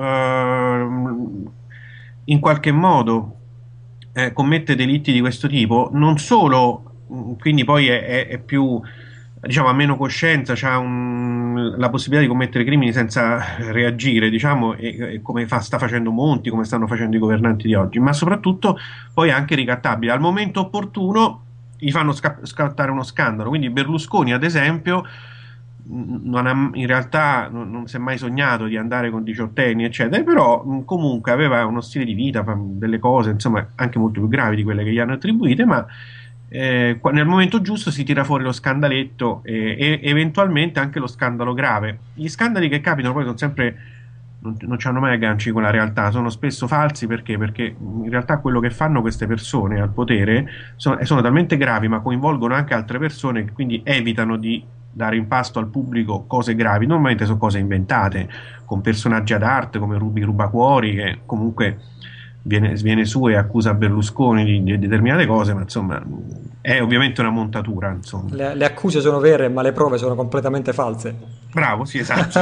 in qualche modo commette delitti di questo tipo, non solo, quindi poi è più, diciamo, ha meno coscienza, ha la possibilità di commettere crimini senza reagire, diciamo, e come sta facendo molti, come stanno facendo i governanti di oggi, ma soprattutto poi è anche ricattabile. Al momento opportuno gli fanno scattare uno scandalo. Quindi Berlusconi, ad esempio, in realtà non si è mai sognato di andare con diciottenni, eccetera, però comunque aveva uno stile di vita, delle cose, insomma, anche molto più gravi di quelle che gli hanno attribuite, ma nel momento giusto si tira fuori lo scandaletto e eventualmente anche lo scandalo grave. Gli scandali che capitano poi sono sempre, non hanno mai agganci con la realtà, sono spesso falsi perché in realtà quello che fanno queste persone al potere sono talmente gravi, ma coinvolgono anche altre persone che quindi evitano di dare in pasto al pubblico cose gravi. Normalmente sono cose inventate, con personaggi ad arte come Ruby Rubacuori, che comunque viene su e accusa Berlusconi di determinate cose, ma insomma è ovviamente una montatura, insomma. Le accuse sono vere, ma le prove sono completamente false. Bravo, sì, esatto.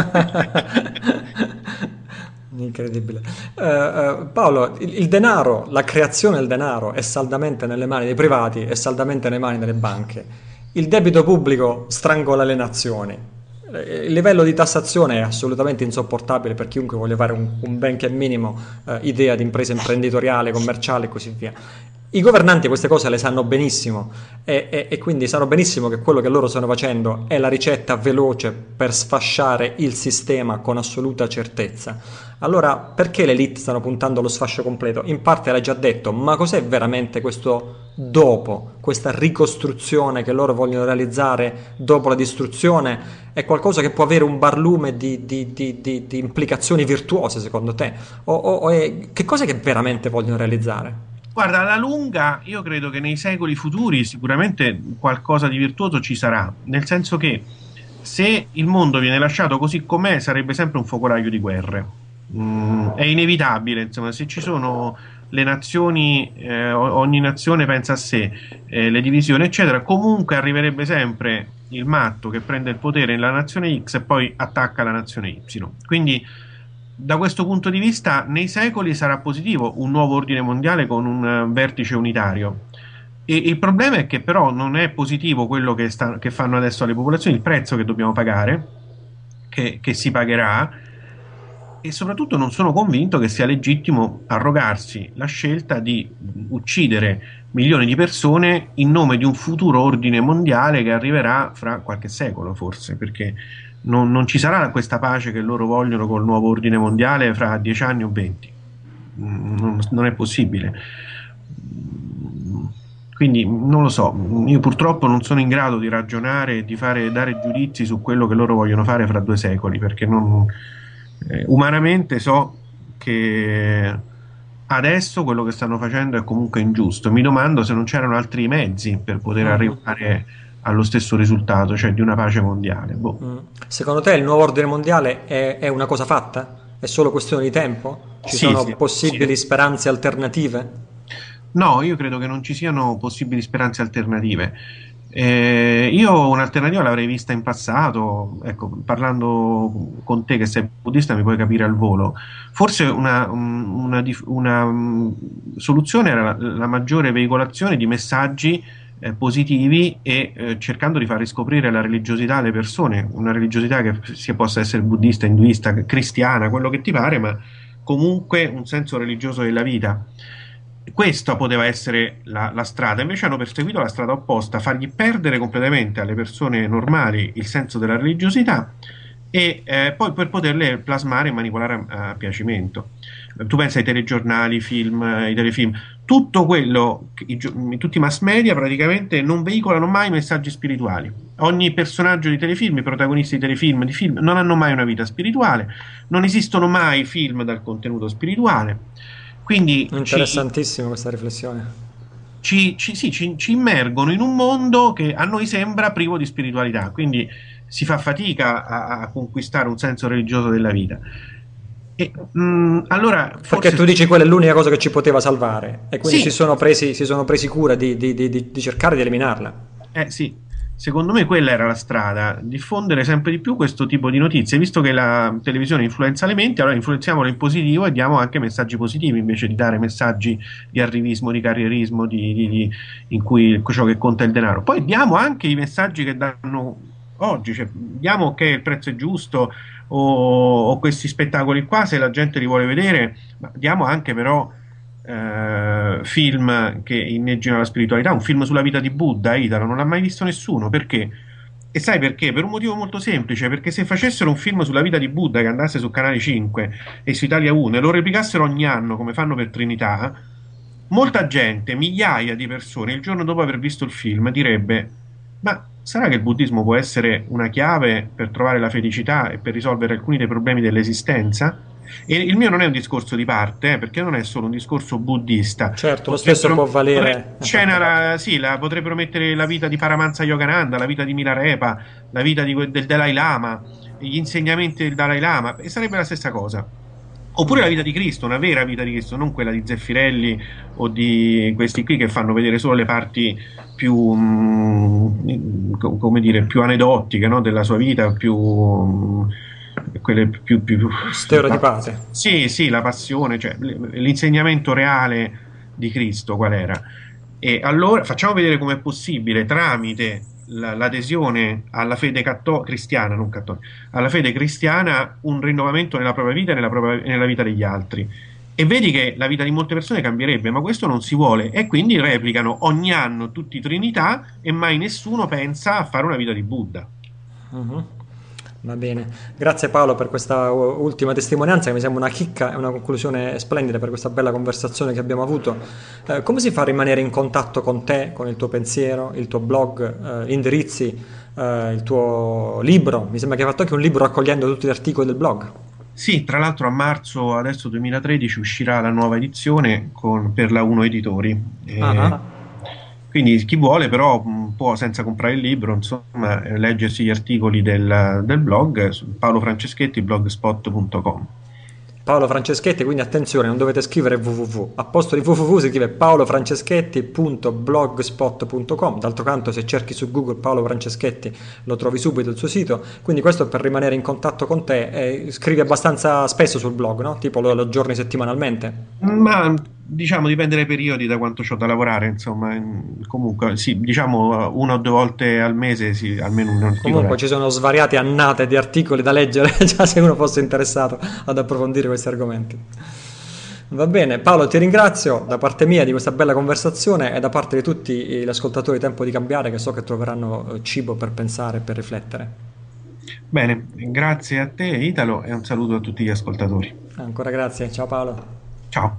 Incredibile. Paolo, il denaro, la creazione del denaro è saldamente nelle mani dei privati, è saldamente nelle mani delle banche. Il debito pubblico strangola le nazioni. Il livello di tassazione è assolutamente insopportabile per chiunque voglia fare un benché minimo idea di impresa imprenditoriale, commerciale e così via. I governanti queste cose le sanno benissimo e quindi sanno benissimo che quello che loro stanno facendo è la ricetta veloce per sfasciare il sistema con assoluta certezza. Allora, perché le elite stanno puntando allo sfascio completo? In parte l'hai già detto, ma cos'è veramente questo dopo, questa ricostruzione che loro vogliono realizzare dopo la distruzione? È qualcosa che può avere un barlume di implicazioni virtuose, secondo te? Che cos'è che veramente vogliono realizzare? Guarda, alla lunga io credo che nei secoli futuri sicuramente qualcosa di virtuoso ci sarà, nel senso che se il mondo viene lasciato così com'è sarebbe sempre un focolaio di guerre. È inevitabile, insomma, se ci sono le nazioni, ogni nazione pensa a sé, le divisioni, eccetera, comunque arriverebbe sempre il matto che prende il potere nella nazione X e poi attacca la nazione Y. Quindi da questo punto di vista, nei secoli sarà positivo un nuovo ordine mondiale con un vertice unitario. E il problema è che però non è positivo quello che fanno adesso alle popolazioni, il prezzo che dobbiamo pagare, che si pagherà, e soprattutto non sono convinto che sia legittimo arrogarsi la scelta di uccidere milioni di persone in nome di un futuro ordine mondiale che arriverà fra qualche secolo, forse, perché non ci sarà questa pace che loro vogliono col nuovo ordine mondiale fra 10 anni o 20. Non è possibile. Quindi non lo so, io purtroppo non sono in grado di ragionare e di dare giudizi su quello che loro vogliono fare fra 2 secoli, perché umanamente so che adesso quello che stanno facendo è comunque ingiusto. Mi domando se non c'erano altri mezzi per poter arrivare allo stesso risultato, cioè di una pace mondiale. Boh. Secondo te il nuovo ordine mondiale è una cosa fatta? È solo quessione di tempo? Ci sono possibili speranze alternative? No, io credo che non ci siano possibili speranze alternative. Io un'alternativa l'avrei vista in passato, ecco, parlando con te che sei buddista mi puoi capire al volo. Forse una soluzione era la maggiore veicolazione di messaggi positivi e cercando di far riscoprire la religiosità alle persone, una religiosità che possa essere buddista, induista, cristiana, quello che ti pare, ma comunque un senso religioso della vita. Questa poteva essere la strada, invece hanno perseguito la strada opposta, fargli perdere completamente alle persone normali il senso della religiosità e poi per poterle plasmare e manipolare a piacimento. Tu pensi ai telegiornali, i telefilm, tutto quello, tutti i mass media praticamente non veicolano mai messaggi spirituali. Ogni personaggio di telefilm, i protagonisti di telefilm, di film, non hanno mai una vita spirituale, non esistono mai film dal contenuto spirituale. Quindi interessantissima questa riflessione. Ci immergono in un mondo che a noi sembra privo di spiritualità, quindi si fa fatica a conquistare un senso religioso della vita. E, allora, perché tu dici quella è l'unica cosa che ci poteva salvare e quindi si sono presi cura di cercare di eliminarla. Sì. Secondo me quella era la strada, diffondere sempre di più questo tipo di notizie, visto che la televisione influenza le menti, allora influenziamolo in positivo e diamo anche messaggi positivi invece di dare messaggi di arrivismo, di carrierismo, in cui ciò che conta è il denaro. Poi diamo anche i messaggi che danno oggi, cioè diamo che il prezzo è giusto o questi spettacoli qua, se la gente li vuole vedere, ma diamo anche però film che inneggino la spiritualità. Un film sulla vita di Buddha, Italo, non l'ha mai visto nessuno, perché E sai perché? Per un motivo molto semplice, perché se facessero un film sulla vita di Buddha che andasse su Canale 5 e su Italia 1 e lo replicassero ogni anno come fanno per Trinità, molta gente, migliaia di persone, il giorno dopo aver visto il film direbbe: ma sarà che il buddismo può essere una chiave per trovare la felicità e per risolvere alcuni dei problemi dell'esistenza? E il mio non è un discorso di parte, perché non è solo un discorso buddista. Certo, lo stesso può valere. Sì, potrebbero mettere la vita di Paramahansa Yogananda, la vita di Milarepa, la vita del Dalai Lama, gli insegnamenti del Dalai Lama, e sarebbe la stessa cosa. Oppure la vita di Cristo, una vera vita di Cristo, non quella di Zeffirelli o di questi qui che fanno vedere solo le parti più, come dire, più aneddotiche, no, della sua vita, quelle più stereotipate. Sì, sì, la passione, cioè l'insegnamento reale di Cristo qual era. E allora facciamo vedere com'è possibile tramite l'adesione alla fede cristiana, non cattolica, alla fede cristiana, un rinnovamento nella propria vita e nella vita degli altri. E vedi che la vita di molte persone cambierebbe, ma questo non si vuole, e quindi replicano ogni anno tutti Trinità e mai nessuno pensa a fare una vita di Buddha. Mhm. Va bene, grazie Paolo per questa ultima testimonianza che mi sembra una chicca e una conclusione splendida per questa bella conversazione che abbiamo avuto. Come si fa a rimanere in contatto con te, con il tuo pensiero, il tuo blog, gli indirizzi, il tuo libro? Mi sembra che hai fatto anche un libro raccogliendo tutti gli articoli del blog. Sì, tra l'altro a marzo adesso 2013 uscirà la nuova edizione per la Uno Editori. Ah. Quindi chi vuole però può, senza comprare il libro, insomma, leggersi gli articoli del blog su paolofranceschetti.blogspot.com. Paolo Franceschetti, quindi attenzione, non dovete scrivere www, a posto di www si scrive paolofranceschetti.blogspot.com. D'altro canto, se cerchi su Google Paolo Franceschetti lo trovi subito il suo sito, quindi questo per rimanere in contatto con te. Scrivi abbastanza spesso sul blog, no? Tipo lo aggiorni settimanalmente? Ma diciamo dipende dai periodi, da quanto ho da lavorare, insomma, comunque sì, diciamo una o due volte al mese, sì, almeno un articolo. Comunque ci sono svariate annate di articoli da leggere, già se uno fosse interessato ad approfondire questi argomenti. Va bene, Paolo, ti ringrazio da parte mia di questa bella conversazione e da parte di tutti gli ascoltatori Tempo di Cambiare, che so che troveranno cibo per pensare e per riflettere. Bene, grazie a te Italo e un saluto a tutti gli ascoltatori. Ancora grazie, ciao Paolo. Ciao.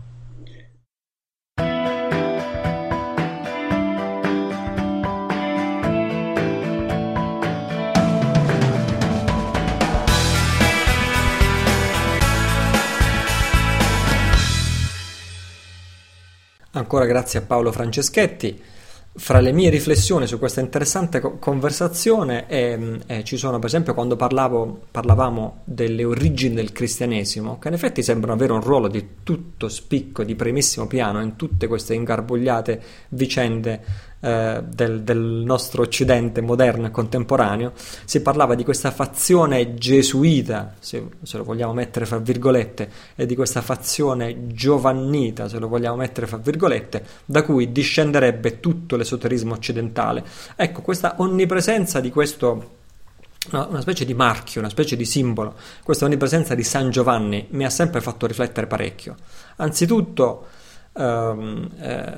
Ancora grazie a Paolo Franceschetti. Fra le mie riflessioni su questa interessante conversazione ci sono, per esempio, quando parlavamo delle origini del cristianesimo, che in effetti sembrano avere un ruolo di tutto spicco, di primissimo piano in tutte queste ingarbugliate vicende del nostro Occidente moderno e contemporaneo. Si parlava di questa fazione gesuita, se lo vogliamo mettere fra virgolette, e di questa fazione giovannita, se lo vogliamo mettere fra virgolette, da cui discenderebbe tutto l'esoterismo occidentale. Ecco, questa onnipresenza di questo, una specie di marchio, una specie di simbolo, questa onnipresenza di San Giovanni mi ha sempre fatto riflettere parecchio. Anzitutto mi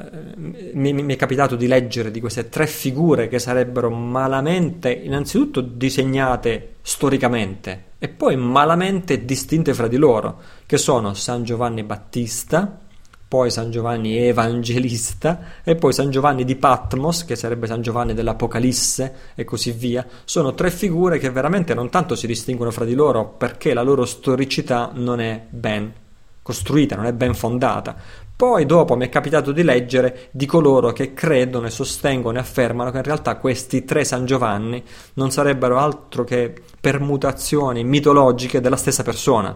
è capitato di leggere di queste tre figure che sarebbero malamente, innanzitutto disegnate storicamente e poi malamente distinte fra di loro, che sono San Giovanni Battista, poi San Giovanni Evangelista e poi San Giovanni di Patmos, che sarebbe San Giovanni dell'Apocalisse e così via. Sono tre figure che veramente non tanto si distinguono fra di loro perché la loro storicità non è ben costruita, non è ben fondata. Poi dopo mi è capitato di leggere di coloro che credono e sostengono e affermano che in realtà questi tre San Giovanni non sarebbero altro che permutazioni mitologiche della stessa persona.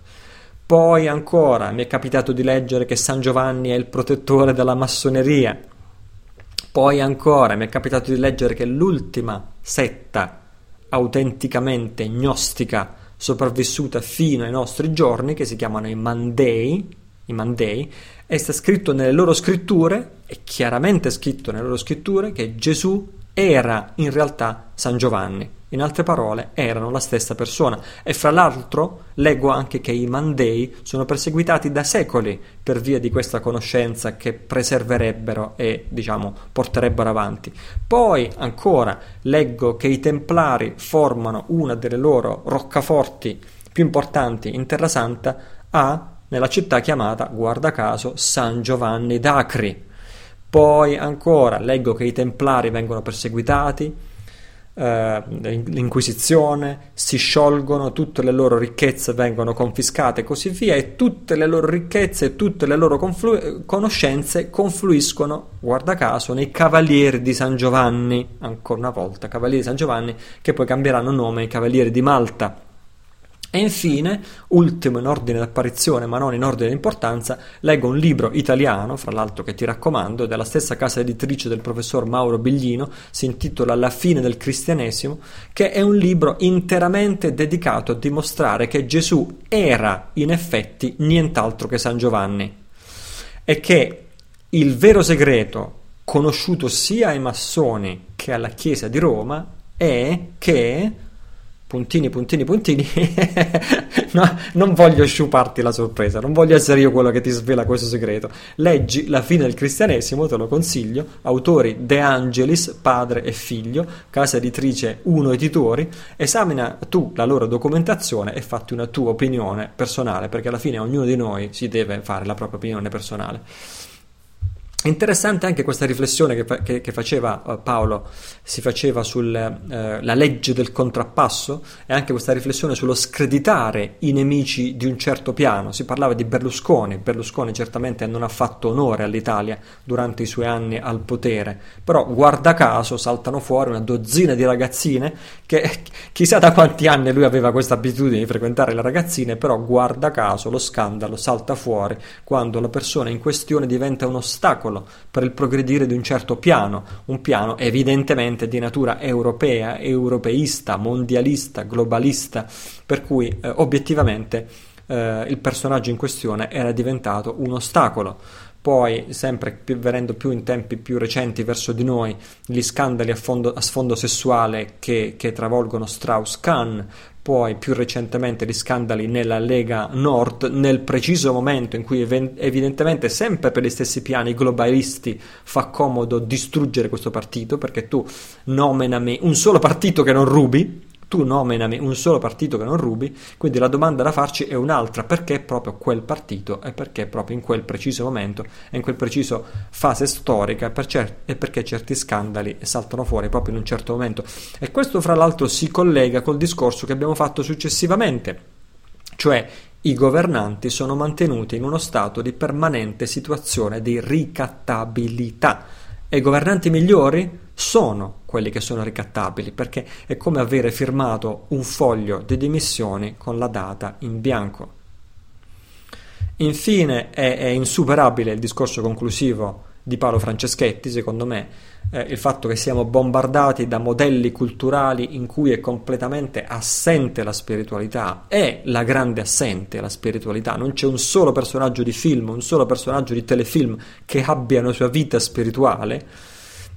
Poi ancora mi è capitato di leggere che San Giovanni è il protettore della massoneria. Poi ancora mi è capitato di leggere che l'ultima setta autenticamente gnostica sopravvissuta fino ai nostri giorni, che si chiamano i Mandei, e sta scritto nelle loro scritture, è chiaramente scritto nelle loro scritture, che Gesù era in realtà San Giovanni. In altre parole, erano la stessa persona. E fra l'altro leggo anche che i Mandei sono perseguitati da secoli per via di questa conoscenza che preserverebbero e, diciamo, porterebbero avanti. Poi ancora leggo che i Templari formano una delle loro roccaforti più importanti in Terra Santa nella città chiamata, guarda caso, San Giovanni d'Acri. Poi ancora leggo che i Templari vengono perseguitati, l'Inquisizione, si sciolgono, tutte le loro ricchezze vengono confiscate e così via, e tutte le loro ricchezze e tutte le loro conoscenze confluiscono, guarda caso, nei Cavalieri di San Giovanni, ancora una volta Cavalieri di San Giovanni, che poi cambieranno nome ai Cavalieri di Malta. E infine, ultimo in ordine d'apparizione ma non in ordine di importanza, leggo un libro italiano, fra l'altro che ti raccomando, della stessa casa editrice del professor Mauro Biglino, si intitola La fine del cristianesimo, che è un libro interamente dedicato a dimostrare che Gesù era in effetti nient'altro che San Giovanni e che il vero segreto, conosciuto sia ai massoni che alla Chiesa di Roma, è che... puntini, no, non voglio sciuparti la sorpresa, non voglio essere io quello che ti svela questo segreto. Leggi La fine del cristianesimo, te lo consiglio, autori De Angelis, padre e figlio, casa editrice Uno Editori, esamina tu la loro documentazione e fatti una tua opinione personale, perché alla fine ognuno di noi si deve fare la propria opinione personale. Interessante anche questa riflessione che faceva Paolo, si faceva sulla legge del contrappasso, e anche questa riflessione sullo screditare i nemici di un certo piano. Si parlava di Berlusconi certamente non ha fatto onore all'Italia durante i suoi anni al potere, però guarda caso saltano fuori una dozzina di ragazzine che chissà da quanti anni lui aveva questa abitudine di frequentare le ragazzine, però guarda caso lo scandalo salta fuori quando la persona in questione diventa un ostacolo per il progredire di un certo piano, un piano evidentemente di natura europea, europeista, mondialista, globalista, per cui obiettivamente il personaggio in questione era diventato un ostacolo. Poi, sempre venendo più in tempi più recenti verso di noi, gli scandali a sfondo sessuale che travolgono Strauss-Kahn, poi più recentemente gli scandali nella Lega Nord, nel preciso momento in cui evidentemente sempre per gli stessi piani globalisti fa comodo distruggere questo partito, perché tu nominami un solo partito che non rubi, quindi la domanda da farci è un'altra: perché proprio quel partito e perché proprio in quel preciso momento e in quel preciso fase storica e perché certi scandali saltano fuori proprio in un certo momento. E questo fra l'altro si collega col discorso che abbiamo fatto successivamente, cioè i governanti sono mantenuti in uno stato di permanente situazione di ricattabilità, e i governanti migliori sono quelli che sono ricattabili, perché è come avere firmato un foglio di dimissioni con la data in bianco. Infine è insuperabile il discorso conclusivo di Paolo Franceschetti, secondo me, il fatto che siamo bombardati da modelli culturali in cui è completamente assente la spiritualità, è la grande assente la spiritualità, non c'è un solo personaggio di film, un solo personaggio di telefilm che abbia una sua vita spirituale.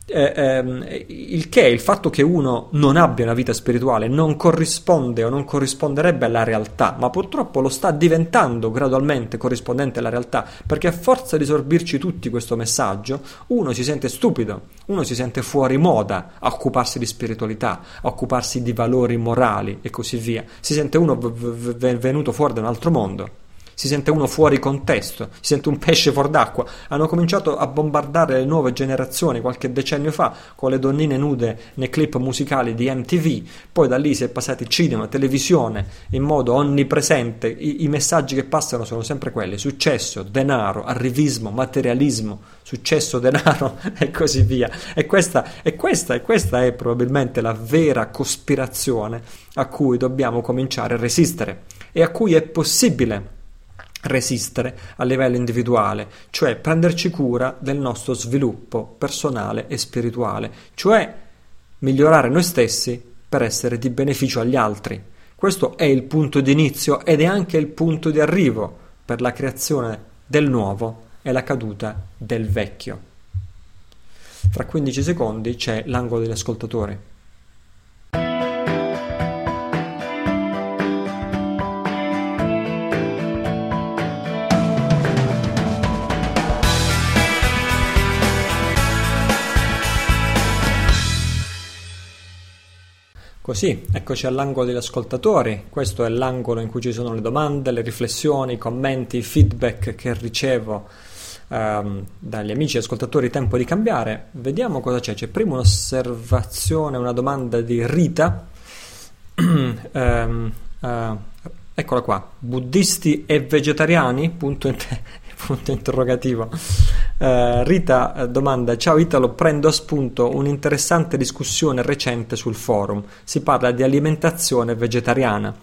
Il fatto che uno non abbia una vita spirituale non corrisponde o non corrisponderebbe alla realtà, ma purtroppo lo sta diventando gradualmente corrispondente alla realtà, perché a forza di sorbirci tutti questo messaggio uno si sente stupido, uno si sente fuori moda a occuparsi di spiritualità, a occuparsi di valori morali e così via, si sente uno venuto fuori da un altro mondo. Si sente uno fuori contesto, si sente un pesce fuor d'acqua. Hanno cominciato a bombardare le nuove generazioni qualche decennio fa con le donnine nude nei clip musicali di MTV, poi da lì si è passati cinema, televisione, in modo onnipresente. I messaggi che passano sono sempre quelli: successo, denaro, arrivismo, materialismo, successo, denaro e così via. E questa è probabilmente la vera cospirazione a cui dobbiamo cominciare a resistere e a cui è possibile resistere a livello individuale, cioè prenderci cura del nostro sviluppo personale e spirituale, cioè migliorare noi stessi per essere di beneficio agli altri. Questo è il punto di inizio ed è anche il punto di arrivo per la creazione del nuovo e la caduta del vecchio. Fra 15 secondi c'è l'angolo degli ascoltatori. Così, eccoci all'angolo degli ascoltatori. Questo è l'angolo in cui ci sono le domande, le riflessioni, i commenti, i feedback che ricevo dagli amici ascoltatori. Tempo di cambiare. Vediamo cosa c'è. C'è prima un'osservazione, una domanda di Rita. Eccola qua. Buddisti e vegetariani? Punto interrogativo. Rita domanda: ciao Italo, prendo a spunto un'interessante discussione recente sul forum. Si parla di alimentazione vegetariana.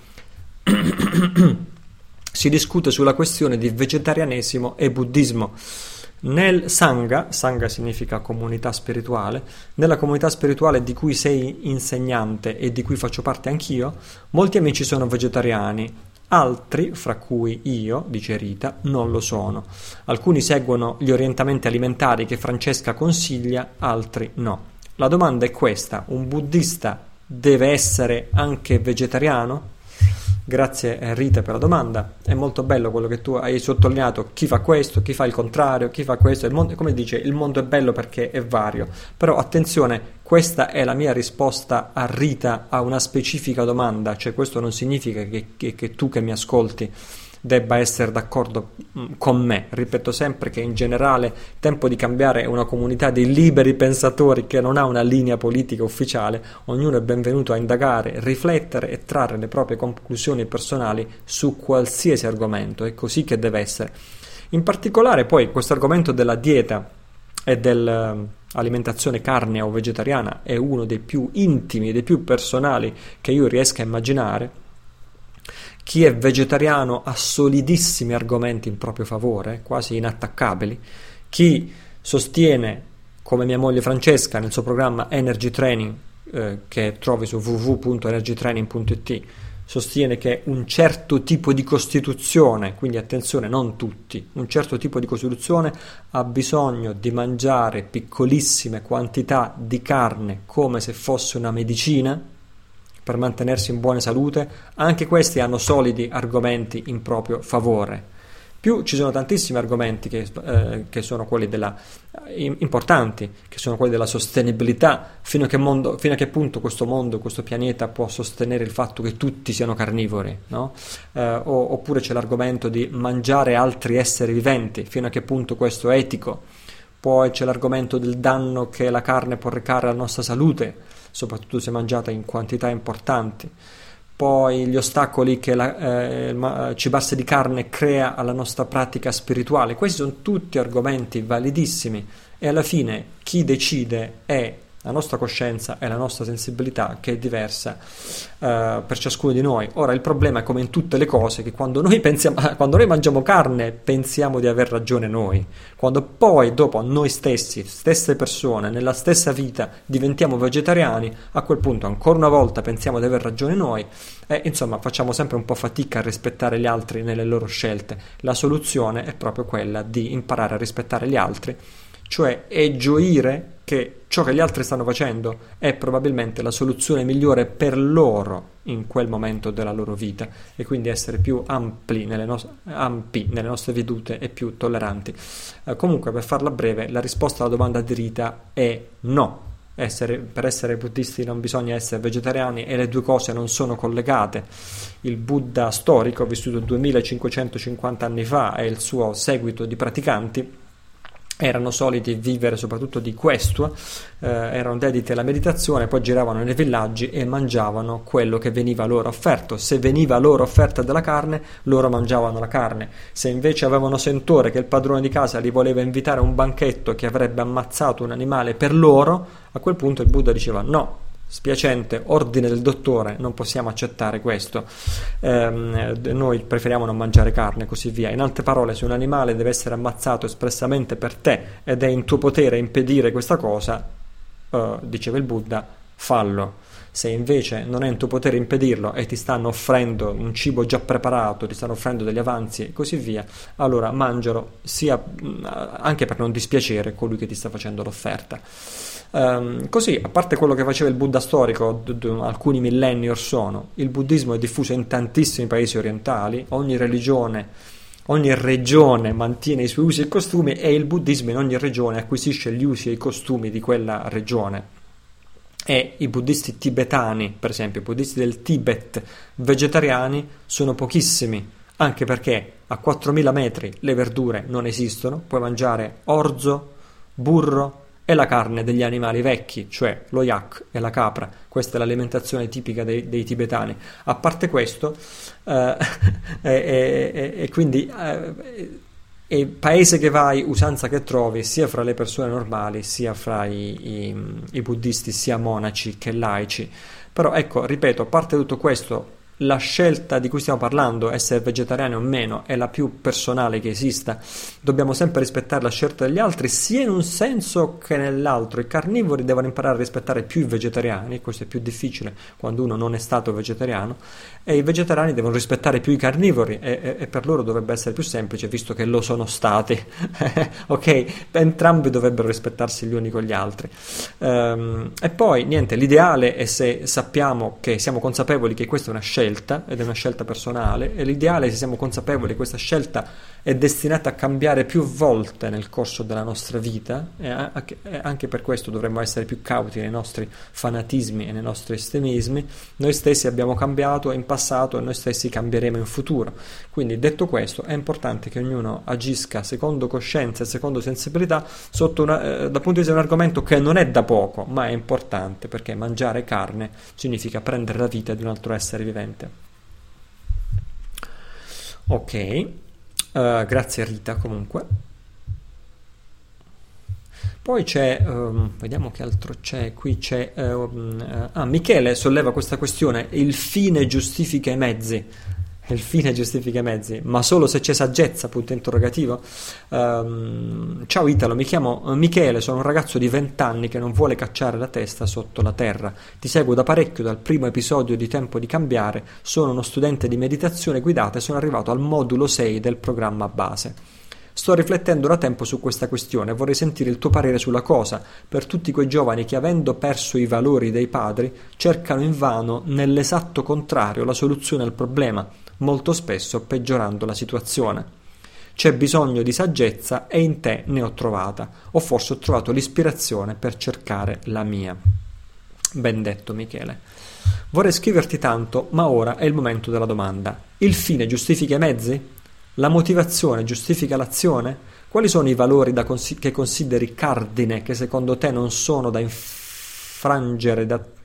Si discute sulla questione di vegetarianesimo e buddismo. Nel Sangha significa comunità spirituale, nella comunità spirituale di cui sei insegnante e di cui faccio parte anch'io, molti amici sono vegetariani. Altri, fra cui io, dice Rita, non lo sono. Alcuni seguono gli orientamenti alimentari che Francesca consiglia, altri no. La domanda è questa: un buddista deve essere anche vegetariano? Grazie Rita per la domanda. È molto bello quello che tu hai sottolineato: chi fa questo, chi fa il contrario, chi fa questo. Il mondo, come dice, il mondo è bello perché è vario. Però attenzione, questa è la mia risposta a Rita a una specifica domanda. Cioè, questo non significa che tu che mi ascolti debba essere d'accordo con me. Ripeto sempre che in generale Tempo di Cambiare è una comunità di liberi pensatori che non ha una linea politica ufficiale. Ognuno è benvenuto a indagare, riflettere e trarre le proprie conclusioni personali su qualsiasi argomento. È così che deve essere. In particolare poi questo argomento della dieta e dell'alimentazione carnea o vegetariana è uno dei più intimi, dei più personali che io riesca a immaginare. Chi è vegetariano ha solidissimi argomenti in proprio favore, quasi inattaccabili. Chi sostiene, come mia moglie Francesca nel suo programma Energy Training, che trovi su www.energytraining.it, sostiene che un certo tipo di costituzione, quindi attenzione, non tutti, un certo tipo di costituzione ha bisogno di mangiare piccolissime quantità di carne come se fosse una medicina per mantenersi in buona salute. Anche questi hanno solidi argomenti in proprio favore. Più ci sono tantissimi argomenti che sono quelli importanti, che sono quelli della sostenibilità, fino a che punto questo mondo, questo pianeta può sostenere il fatto che tutti siano carnivori, no? Oppure c'è l'argomento di mangiare altri esseri viventi, fino a che punto questo è etico. Poi c'è l'argomento del danno che la carne può recare alla nostra salute, soprattutto se mangiata in quantità importanti. Poi gli ostacoli che cibarsi di carne crea alla nostra pratica spirituale. Questi sono tutti argomenti validissimi e alla fine chi decide è la nostra coscienza e la nostra sensibilità, che è diversa per ciascuno di noi. Ora il problema è, come in tutte le cose, che quando noi mangiamo carne pensiamo di aver ragione noi, quando poi dopo noi stesse persone nella stessa vita diventiamo vegetariani, a quel punto ancora una volta pensiamo di aver ragione noi e insomma facciamo sempre un po' fatica a rispettare gli altri nelle loro scelte. La soluzione è proprio quella di imparare a rispettare gli altri, cioè è gioire che ciò che gli altri stanno facendo è probabilmente la soluzione migliore per loro in quel momento della loro vita, e quindi essere più ampi nelle nostre vedute e più tolleranti. Comunque, per farla breve, la risposta alla domanda di Rita è no. Per essere buddisti non bisogna essere vegetariani, e le due cose non sono collegate. Il Buddha storico, vissuto 2550 anni fa, e il suo seguito di praticanti erano soliti vivere soprattutto di questua, erano dediti alla meditazione, poi giravano nei villaggi e mangiavano quello che veniva loro offerto. Se veniva loro offerta della carne, loro mangiavano la carne. Se invece avevano sentore che il padrone di casa li voleva invitare a un banchetto che avrebbe ammazzato un animale per loro, a quel punto il Buddha diceva no, spiacente, ordine del dottore, non possiamo accettare questo, noi preferiamo non mangiare carne e così via. In altre parole, se un animale deve essere ammazzato espressamente per te ed è in tuo potere impedire questa cosa, diceva il Buddha, fallo. Se invece non è in tuo potere impedirlo e ti stanno offrendo un cibo già preparato, ti stanno offrendo degli avanzi e così via, allora mangialo, sia anche per non dispiacere colui che ti sta facendo l'offerta. Così, a parte quello che faceva il Buddha storico alcuni millenni or sono, il buddismo è diffuso in tantissimi paesi orientali, ogni regione mantiene i suoi usi e costumi e il buddismo in ogni regione acquisisce gli usi e i costumi di quella regione. E i buddisti tibetani, per esempio, i buddisti del Tibet vegetariani sono pochissimi, anche perché a 4000 metri le verdure non esistono, puoi mangiare orzo, burro e la carne degli animali vecchi, cioè lo yak e la capra. Questa è l'alimentazione tipica dei tibetani. A parte questo, quindi e paese che vai, usanza che trovi, sia fra le persone normali, sia fra i buddisti, sia monaci che laici. Però ecco, ripeto, a parte tutto questo, la scelta di cui stiamo parlando, essere vegetariani o meno, è la più personale che esista. Dobbiamo sempre rispettare la scelta degli altri, sia in un senso che nell'altro. I carnivori devono imparare a rispettare più i vegetariani, questo è più difficile quando uno non è stato vegetariano, e i vegetariani devono rispettare più i carnivori, e per loro dovrebbe essere più semplice, visto che lo sono stati. Ok, entrambi dovrebbero rispettarsi gli uni con gli altri. E poi, niente, l'ideale è se sappiamo che siamo consapevoli che questa è una scelta, ed è una scelta personale, e l'ideale, se siamo consapevoli che questa scelta è destinata a cambiare più volte nel corso della nostra vita, e anche per questo dovremmo essere più cauti nei nostri fanatismi e nei nostri estremismi. Noi stessi abbiamo cambiato in passato e noi stessi cambieremo in futuro. Quindi, detto questo, è importante che ognuno agisca secondo coscienza e secondo sensibilità dal punto di vista di un argomento che non è da poco, ma è importante, perché mangiare carne significa prendere la vita di un altro essere vivente. Ok, grazie Rita comunque. Poi c'è, vediamo che altro c'è, qui c'è, Michele solleva questa questione: il fine giustifica i mezzi. Il fine giustifica i mezzi, ma solo se c'è saggezza, punto interrogativo. Ciao Italo, mi chiamo Michele, sono un ragazzo di 20 anni che non vuole cacciare la testa sotto la terra. Ti seguo da parecchio, dal primo episodio di Tempo di Cambiare, sono uno studente di meditazione guidata e sono arrivato al modulo 6 del programma base. Sto riflettendo da tempo su questa questione e vorrei sentire il tuo parere sulla cosa, per tutti quei giovani che, avendo perso i valori dei padri, cercano invano nell'esatto contrario la soluzione al problema, molto spesso peggiorando la situazione. C'è bisogno di saggezza e in te ne ho trovata, o forse ho trovato l'ispirazione per cercare la mia. Ben detto Michele. Vorrei scriverti tanto, ma ora è il momento della domanda. Il fine giustifica i mezzi? La motivazione giustifica l'azione? Quali sono i valori che consideri cardine, che secondo te non sono da infrangere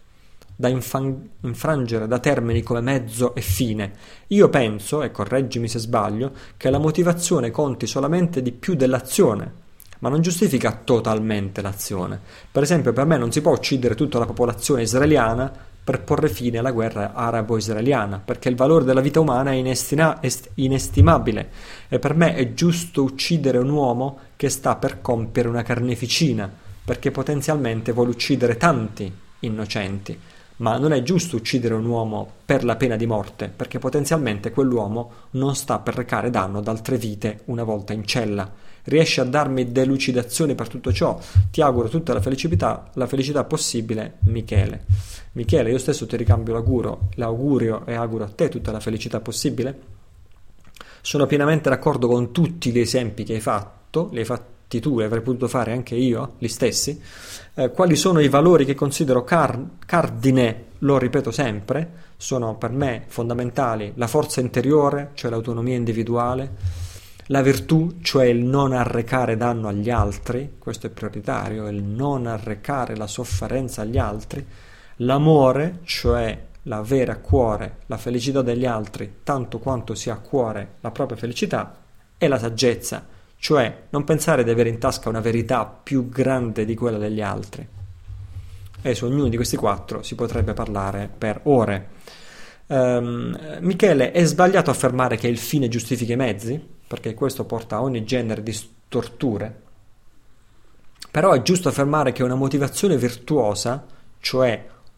da termini come mezzo e fine? Io penso, e correggimi se sbaglio, che la motivazione conti solamente di più dell'azione, ma non giustifica totalmente l'azione. Per esempio, per me non si può uccidere tutta la popolazione israeliana per porre fine alla guerra arabo-israeliana, perché il valore della vita umana è inestimabile, e per me è giusto uccidere un uomo che sta per compiere una carneficina, perché potenzialmente vuole uccidere tanti innocenti. Ma non è giusto uccidere un uomo per la pena di morte, perché potenzialmente quell'uomo non sta per recare danno ad altre vite una volta in cella. Riesci a darmi delucidazioni per tutto ciò? Ti auguro tutta la felicità possibile, Michele. Michele, io stesso ti ricambio l'augurio e auguro a te tutta la felicità possibile. Sono pienamente d'accordo con tutti gli esempi che hai fatto, li hai fatti tu, li avrei potuto fare anche io, gli stessi. Quali sono i valori che considero cardine? Lo ripeto sempre, sono per me fondamentali la forza interiore, cioè l'autonomia individuale, la virtù, cioè il non arrecare danno agli altri, questo è prioritario, il non arrecare la sofferenza agli altri, l'amore, cioè l'avere a cuore la felicità degli altri tanto quanto si ha a cuore la propria felicità, e la saggezza, cioè non pensare di avere in tasca una verità più grande di quella degli altri. E su ognuno di questi 4 si potrebbe parlare per ore. Michele, è sbagliato affermare che il fine giustifica i mezzi? Perché questo porta a ogni genere di storture. Però è giusto affermare che una motivazione virtuosa, cioè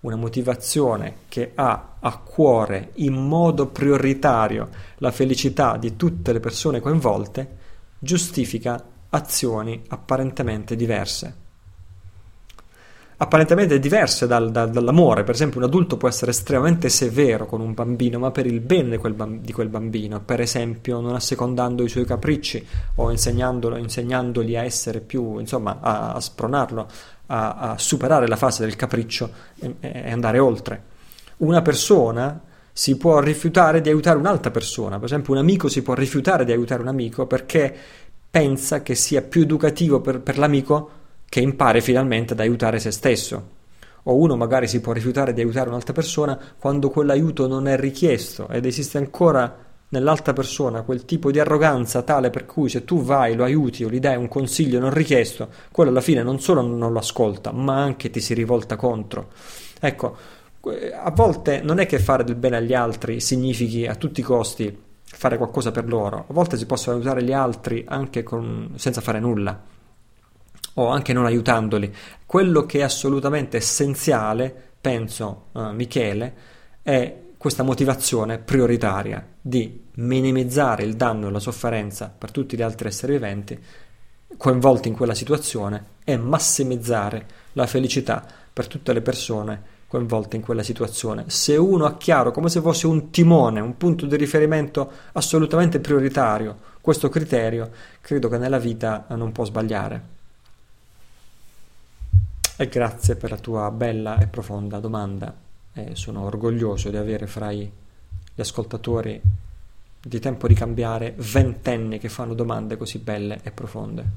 una motivazione che ha a cuore in modo prioritario la felicità di tutte le persone coinvolte, giustifica azioni apparentemente diverse. Apparentemente diverse dall'amore. Per esempio, un adulto può essere estremamente severo con un bambino, ma per il bene di quel bambino, per esempio non assecondando i suoi capricci o insegnandogli a essere più, insomma, a spronarlo a superare la fase del capriccio e andare oltre. Una persona si può rifiutare di aiutare un'altra persona, per esempio un amico si può rifiutare di aiutare un amico perché pensa che sia più educativo per l'amico che impari finalmente ad aiutare se stesso. O uno magari si può rifiutare di aiutare un'altra persona quando quell'aiuto non è richiesto ed esiste ancora nell'altra persona quel tipo di arroganza tale per cui se tu vai, lo aiuti o gli dai un consiglio non richiesto, quello alla fine non solo non lo ascolta, ma anche ti si rivolta contro. Ecco, a volte non è che fare del bene agli altri significhi a tutti i costi fare qualcosa per loro, a volte si possono aiutare gli altri anche senza fare nulla, o anche non aiutandoli. Quello che è assolutamente essenziale, penso Michele, è questa motivazione prioritaria di minimizzare il danno e la sofferenza per tutti gli altri esseri viventi coinvolti in quella situazione e massimizzare la felicità per tutte le persone coinvolte in quella situazione. Se uno ha chiaro, come se fosse un timone, un punto di riferimento assolutamente prioritario, questo criterio, credo che nella vita non può sbagliare. E grazie per la tua bella e profonda domanda. Sono orgoglioso di avere fra gli ascoltatori di Tempo di Cambiare ventenni che fanno domande così belle e profonde.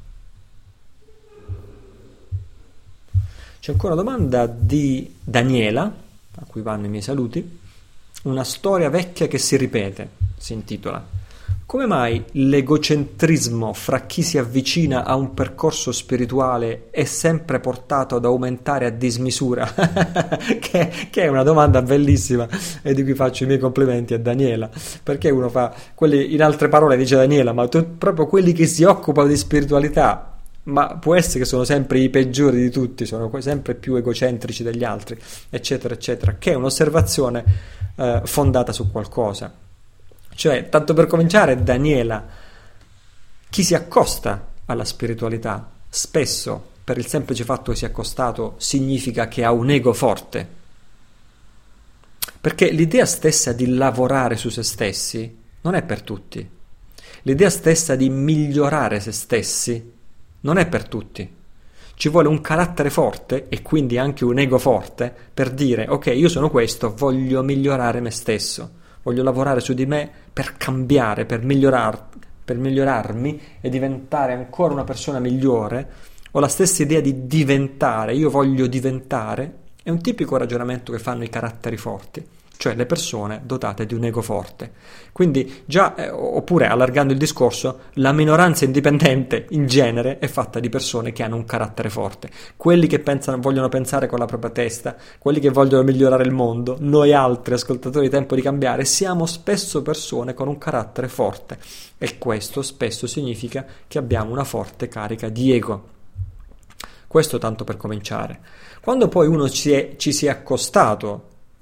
C'è ancora una domanda di Daniela, a cui vanno i miei saluti. Una storia vecchia che si ripete, si intitola. Come mai l'egocentrismo fra chi si avvicina a un percorso spirituale è sempre portato ad aumentare a dismisura? che è una domanda bellissima e di cui faccio i miei complimenti a Daniela, perché uno fa quelli, in altre parole dice Daniela, ma proprio quelli che si occupano di spiritualità, ma può essere che sono sempre i peggiori di tutti, sono sempre più egocentrici degli altri, eccetera eccetera, che è un'osservazione fondata su qualcosa. Cioè, tanto per cominciare, Daniela, chi si accosta alla spiritualità, spesso, per il semplice fatto che si è accostato, significa che ha un ego forte. Perché l'idea stessa di lavorare su se stessi non è per tutti. L'idea stessa di migliorare se stessi non è per tutti. Ci vuole un carattere forte e quindi anche un ego forte per dire, ok, io sono questo, voglio migliorare me stesso. Voglio lavorare su di me per cambiare, per migliorarmi e diventare ancora una persona migliore. Ho la stessa idea di diventare, io voglio diventare, è un tipico ragionamento che fanno i caratteri forti, cioè le persone dotate di un ego forte. Quindi già, oppure allargando il discorso, la minoranza indipendente in genere è fatta di persone che hanno un carattere forte, quelli che vogliono pensare con la propria testa, quelli che vogliono migliorare il mondo. Noi altri ascoltatori di Tempo di Cambiare siamo spesso persone con un carattere forte e questo spesso significa che abbiamo una forte carica di ego. Questo tanto per cominciare. Quando poi uno ci si è accostato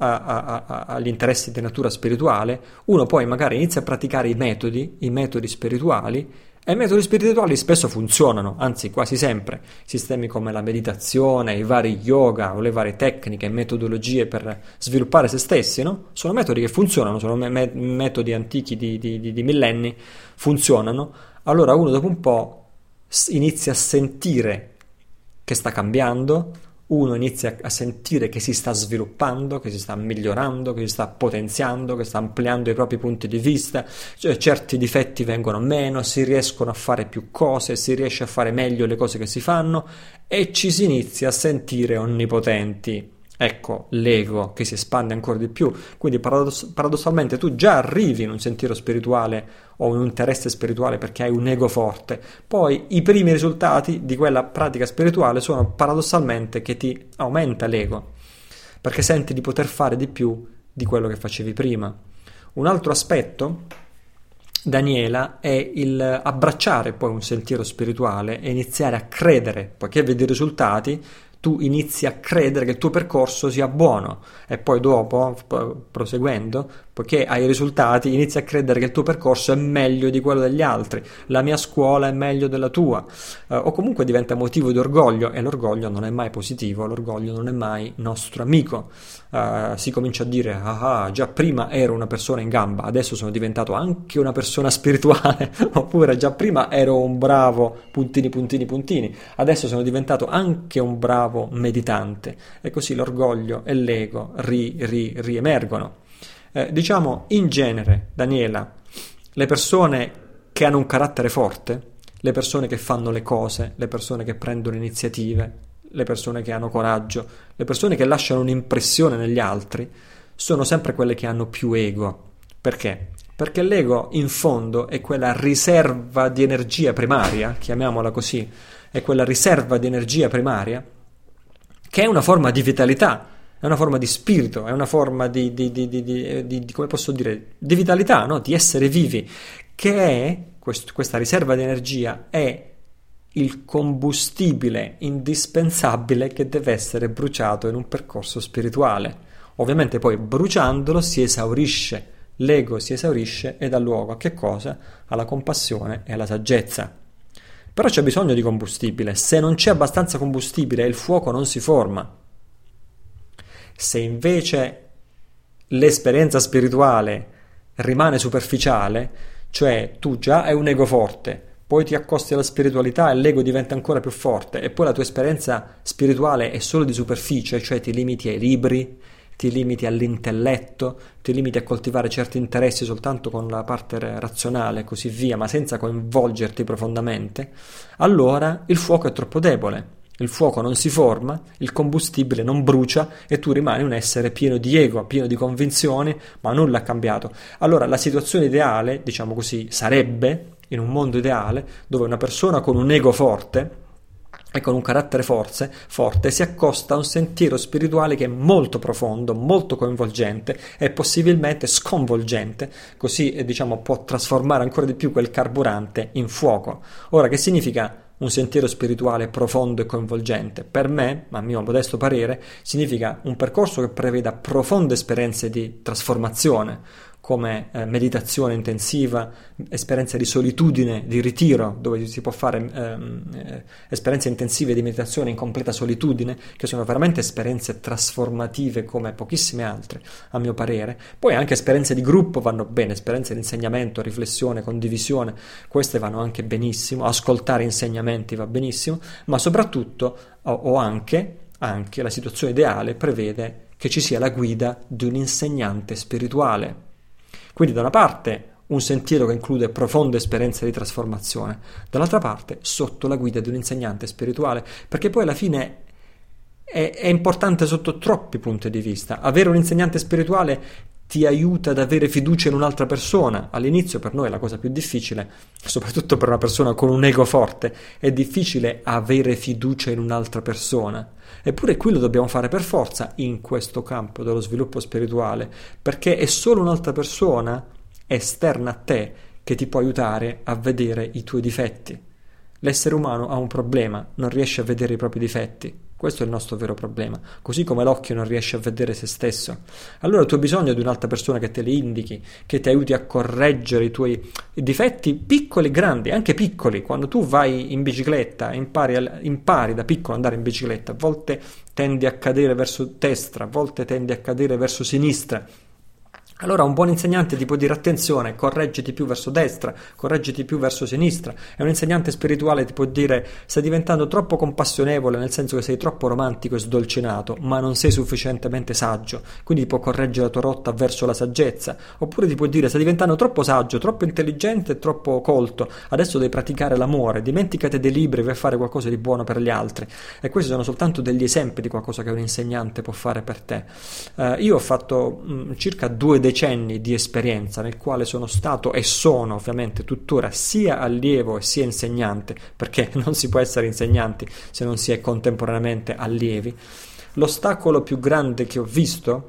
agli interessi di natura spirituale, uno poi magari inizia a praticare i metodi spirituali, e i metodi spirituali spesso funzionano, anzi quasi sempre. Sistemi come la meditazione, i vari yoga o le varie tecniche e metodologie per sviluppare se stessi, no? Sono metodi che funzionano, sono metodi antichi di millenni, funzionano. Allora uno dopo un po' inizia a sentire che sta cambiando, uno inizia a sentire che si sta sviluppando, che si sta migliorando, che si sta potenziando, che sta ampliando i propri punti di vista, cioè certi difetti vengono meno, si riescono a fare più cose, si riesce a fare meglio le cose che si fanno e ci si inizia a sentire onnipotenti. Ecco l'ego che si espande ancora di più. Quindi paradossalmente tu già arrivi in un sentiero spirituale o un interesse spirituale perché hai un ego forte. Poi i primi risultati di quella pratica spirituale sono paradossalmente che ti aumenta l'ego, perché senti di poter fare di più di quello che facevi prima. Un altro aspetto, Daniela, è il abbracciare poi un sentiero spirituale e iniziare a credere, poiché vedi i risultati, Tu inizi a credere che il tuo percorso sia buono e poi dopo, proseguendo, poiché hai i risultati, inizi a credere che il tuo percorso è meglio di quello degli altri, la mia scuola è meglio della tua, o comunque diventa motivo di orgoglio, e l'orgoglio non è mai positivo, l'orgoglio non è mai nostro amico. Si comincia a dire: ah, già prima ero una persona in gamba, adesso sono diventato anche una persona spirituale, oppure già prima ero un bravo puntini puntini puntini, adesso sono diventato anche un bravo meditante, e così l'orgoglio e l'ego riemergono. Diciamo in genere, Daniela, le persone che hanno un carattere forte, le persone che fanno le cose, le persone che prendono iniziative, le persone che hanno coraggio, le persone che lasciano un'impressione negli altri, sono sempre quelle che hanno più ego. Perché? Perché l'ego in fondo è quella riserva di energia primaria, chiamiamola così, è quella riserva di energia primaria che è una forma di vitalità, è una forma di spirito, è una forma di come posso dire, di vitalità, no? Di essere vivi, che è, questa riserva di energia è il combustibile indispensabile che deve essere bruciato in un percorso spirituale. Ovviamente poi bruciandolo si esaurisce, l'ego si esaurisce e dà luogo a che cosa? Alla compassione e alla saggezza. Però c'è bisogno di combustibile, se non c'è abbastanza combustibile il fuoco non si forma. Se invece l'esperienza spirituale rimane superficiale, cioè tu già hai un ego forte, poi ti accosti alla spiritualità e l'ego diventa ancora più forte, e poi la tua esperienza spirituale è solo di superficie, cioè ti limiti ai libri, ti limiti all'intelletto, ti limiti a coltivare certi interessi soltanto con la parte razionale e così via, ma senza coinvolgerti profondamente, allora il fuoco è troppo debole. Il fuoco non si forma, il combustibile non brucia e tu rimani un essere pieno di ego, pieno di convinzioni, ma nulla è cambiato. Allora la situazione ideale, diciamo così, sarebbe, in un mondo ideale, dove una persona con un ego forte e con un carattere forte si accosta a un sentiero spirituale che è molto profondo, molto coinvolgente e possibilmente sconvolgente, così diciamo può trasformare ancora di più quel carburante in fuoco. Ora, che significa un sentiero spirituale profondo e coinvolgente? Per me, a mio modesto parere, significa un percorso che preveda profonde esperienze di trasformazione, come meditazione intensiva, esperienze di solitudine, di ritiro, dove si può fare esperienze intensive di meditazione in completa solitudine, che sono veramente esperienze trasformative come pochissime altre, a mio parere. Poi anche esperienze di gruppo vanno bene, esperienze di insegnamento, riflessione, condivisione, queste vanno anche benissimo, ascoltare insegnamenti va benissimo, ma soprattutto anche la situazione ideale prevede che ci sia la guida di un insegnante spirituale. Quindi da una parte un sentiero che include profonde esperienze di trasformazione, dall'altra parte sotto la guida di un insegnante spirituale, perché poi alla fine è importante sotto troppi punti di vista. Avere un insegnante spirituale ti aiuta ad avere fiducia in un'altra persona. All'inizio per noi è la cosa più difficile, soprattutto per una persona con un ego forte, è difficile avere fiducia in un'altra persona. Eppure qui lo dobbiamo fare per forza in questo campo dello sviluppo spirituale, perché è solo un'altra persona esterna a te che ti può aiutare a vedere i tuoi difetti. L'essere umano ha un problema, non riesce a vedere i propri difetti. Questo è il nostro vero problema, così come l'occhio non riesce a vedere se stesso. Allora tu hai bisogno di un'altra persona che te li indichi, che ti aiuti a correggere i tuoi difetti piccoli e grandi, anche piccoli. Quando tu vai in bicicletta, impari da piccolo ad andare in bicicletta, a volte tendi a cadere verso destra, a volte tendi a cadere verso sinistra. Allora un buon insegnante ti può dire: attenzione, correggiti più verso destra, correggiti più verso sinistra. E un insegnante spirituale ti può dire: stai diventando troppo compassionevole, nel senso che sei troppo romantico e sdolcinato, ma non sei sufficientemente saggio, quindi ti può correggere la tua rotta verso la saggezza. Oppure ti può dire: stai diventando troppo saggio, troppo intelligente e troppo colto, adesso devi praticare l'amore, dimenticati dei libri, vai a fare qualcosa di buono per gli altri. E questi sono soltanto degli esempi di qualcosa che un insegnante può fare per te. Io ho fatto circa 2 decenni di esperienza nel quale sono stato e sono ovviamente tuttora sia allievo e sia insegnante, perché non si può essere insegnanti se non si è contemporaneamente allievi. L'ostacolo più grande che ho visto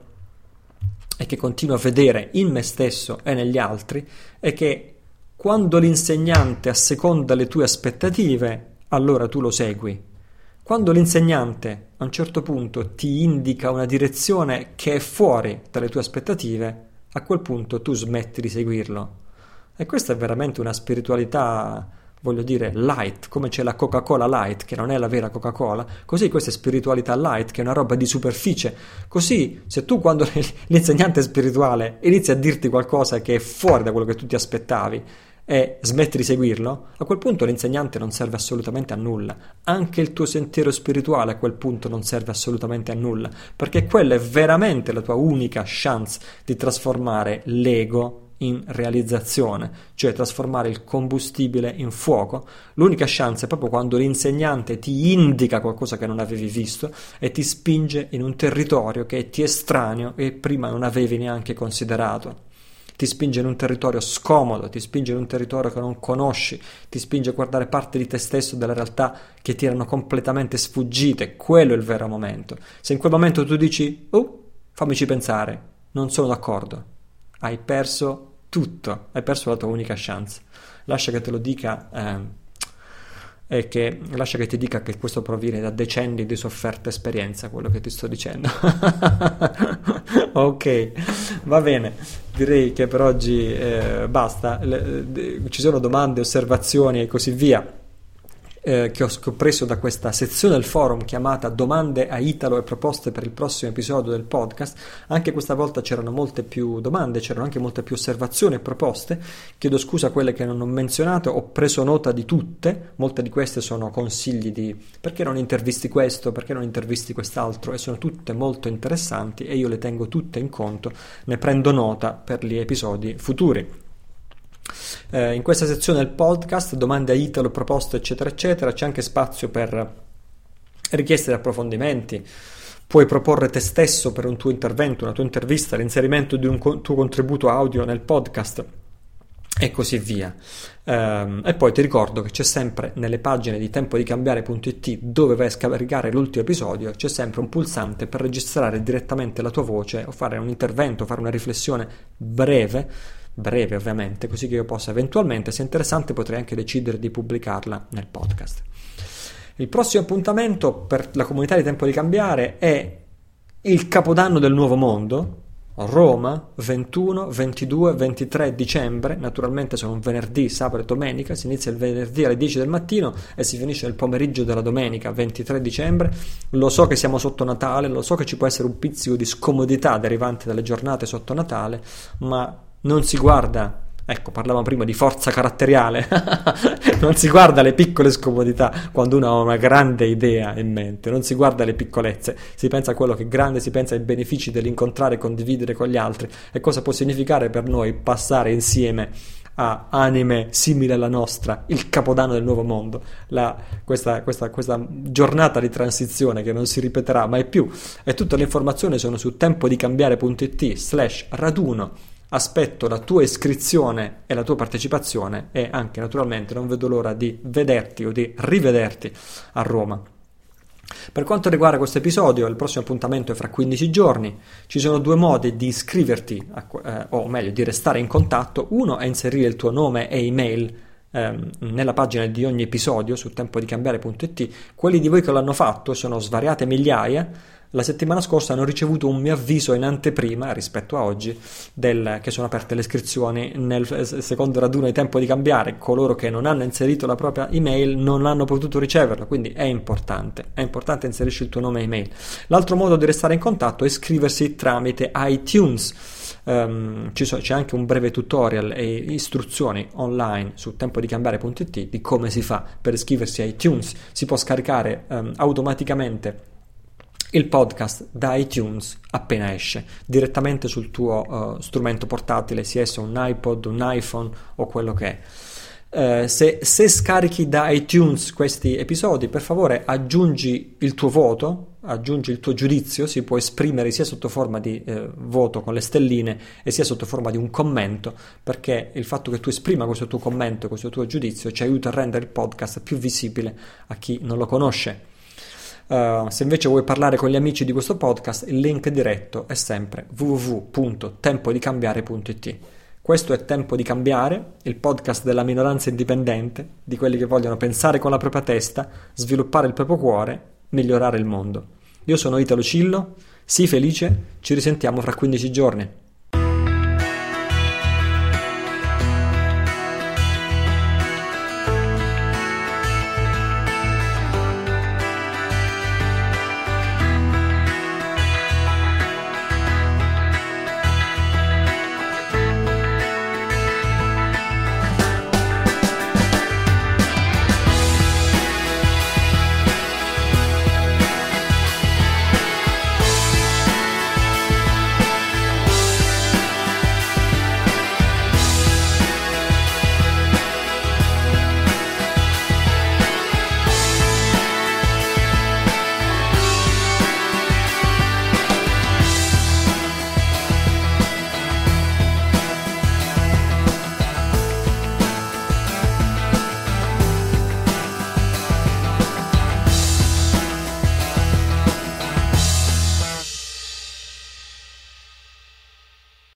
e che continuo a vedere in me stesso e negli altri è che quando l'insegnante asseconda le tue aspettative, allora tu lo segui. Quando l'insegnante a un certo punto ti indica una direzione che è fuori dalle tue aspettative, a quel punto tu smetti di seguirlo. E questa è veramente una spiritualità, voglio dire, light, come c'è la Coca-Cola light, che non è la vera Coca-Cola, così questa è spiritualità light, che è una roba di superficie. Così, se tu quando l'insegnante spirituale inizia a dirti qualcosa che è fuori da quello che tu ti aspettavi, e smetti di seguirlo, a quel punto l'insegnante non serve assolutamente a nulla. Anche il tuo sentiero spirituale a quel punto non serve assolutamente a nulla, perché quella è veramente la tua unica chance di trasformare l'ego in realizzazione, cioè trasformare il combustibile in fuoco. L'unica chance è proprio quando l'insegnante ti indica qualcosa che non avevi visto e ti spinge in un territorio che ti è estraneo e prima non avevi neanche considerato. Ti spinge in un territorio scomodo, ti spinge in un territorio che non conosci, ti spinge a guardare parti di te stesso, della realtà che ti erano completamente sfuggite. Quello è il vero momento. Se in quel momento tu dici, fammici pensare, non sono d'accordo, hai perso tutto, hai perso la tua unica chance. Lascia che te lo dica, lascia che ti dica che questo proviene da decenni di sofferta esperienza, quello che ti sto dicendo. Ok, va bene, direi che per oggi basta. Ci sono domande, osservazioni e così via che ho preso da questa sezione del forum chiamata Domande a Italo e proposte per il prossimo episodio del podcast. Anche questa volta c'erano molte più domande, c'erano anche molte più osservazioni e proposte. Chiedo scusa a quelle che non ho menzionato, ho preso nota di tutte, molte di queste sono consigli di perché non intervisti questo, perché non intervisti quest'altro, e sono tutte molto interessanti e io le tengo tutte in conto, ne prendo nota per gli episodi futuri. In questa sezione del podcast, domande a Italo, proposte eccetera eccetera, c'è anche spazio per richieste di approfondimenti. Puoi proporre te stesso per un tuo intervento, una tua intervista, l'inserimento di un tuo contributo audio nel podcast e così via. E poi ti ricordo che c'è sempre nelle pagine di tempodicambiare.it, dove vai a scaricare l'ultimo episodio, c'è sempre un pulsante per registrare direttamente la tua voce o fare un intervento, fare una riflessione breve ovviamente, così che io possa eventualmente, se interessante, potrei anche decidere di pubblicarla nel podcast. Il prossimo appuntamento per la comunità di Tempo di Cambiare è il Capodanno del Nuovo Mondo, Roma, 21, 22, 23 dicembre, naturalmente sono un venerdì, sabato e domenica, si inizia il venerdì alle 10 del mattino e si finisce nel pomeriggio della domenica, 23 dicembre. Lo so che siamo sotto Natale, lo so che ci può essere un pizzico di scomodità derivante dalle giornate sotto Natale, ma non si guarda, ecco, parlavamo prima di forza caratteriale, non si guarda le piccole scomodità quando uno ha una grande idea in mente, non si guarda le piccolezze, si pensa a quello che è grande, si pensa ai benefici dell'incontrare e condividere con gli altri e cosa può significare per noi passare insieme a anime simili alla nostra, il Capodanno del Nuovo Mondo, questa giornata di transizione che non si ripeterà mai più. E tutte le informazioni sono su tempodicambiare.it/raduno. Aspetto la tua iscrizione e la tua partecipazione e anche naturalmente non vedo l'ora di vederti o di rivederti a Roma. Per quanto riguarda questo episodio, il prossimo appuntamento è fra 15 giorni. Ci sono due modi di iscriverti, o meglio di restare in contatto. Uno è inserire il tuo nome e email nella pagina di ogni episodio su tempodicambiare.it. Quelli di voi che l'hanno fatto sono svariate migliaia. La settimana scorsa hanno ricevuto un mio avviso in anteprima rispetto a oggi che sono aperte le iscrizioni nel secondo raduno di Tempo di Cambiare. Coloro che non hanno inserito la propria email non hanno potuto riceverla, quindi è importante inserisci il tuo nome e email. L'altro modo di restare in contatto è iscriversi tramite iTunes. C'è anche un breve tutorial e istruzioni online su tempodicambiare.it di come si fa per iscriversi a iTunes. Si può scaricare automaticamente il podcast da iTunes appena esce, direttamente sul tuo strumento portatile, sia esso un iPod, un iPhone o quello che è. Se scarichi da iTunes questi episodi, per favore aggiungi il tuo voto, aggiungi il tuo giudizio. Si può esprimere sia sotto forma di voto con le stelline e sia sotto forma di un commento, perché il fatto che tu esprima questo tuo commento, questo tuo giudizio ci aiuta a rendere il podcast più visibile a chi non lo conosce. Se invece vuoi parlare con gli amici di questo podcast, il link diretto è sempre www.tempodicambiare.it. Questo è Tempo di Cambiare, il podcast della minoranza indipendente, di quelli che vogliono pensare con la propria testa, sviluppare il proprio cuore migliorare il mondo. Io sono Italo Cillo, sii felice, ci risentiamo fra 15 giorni.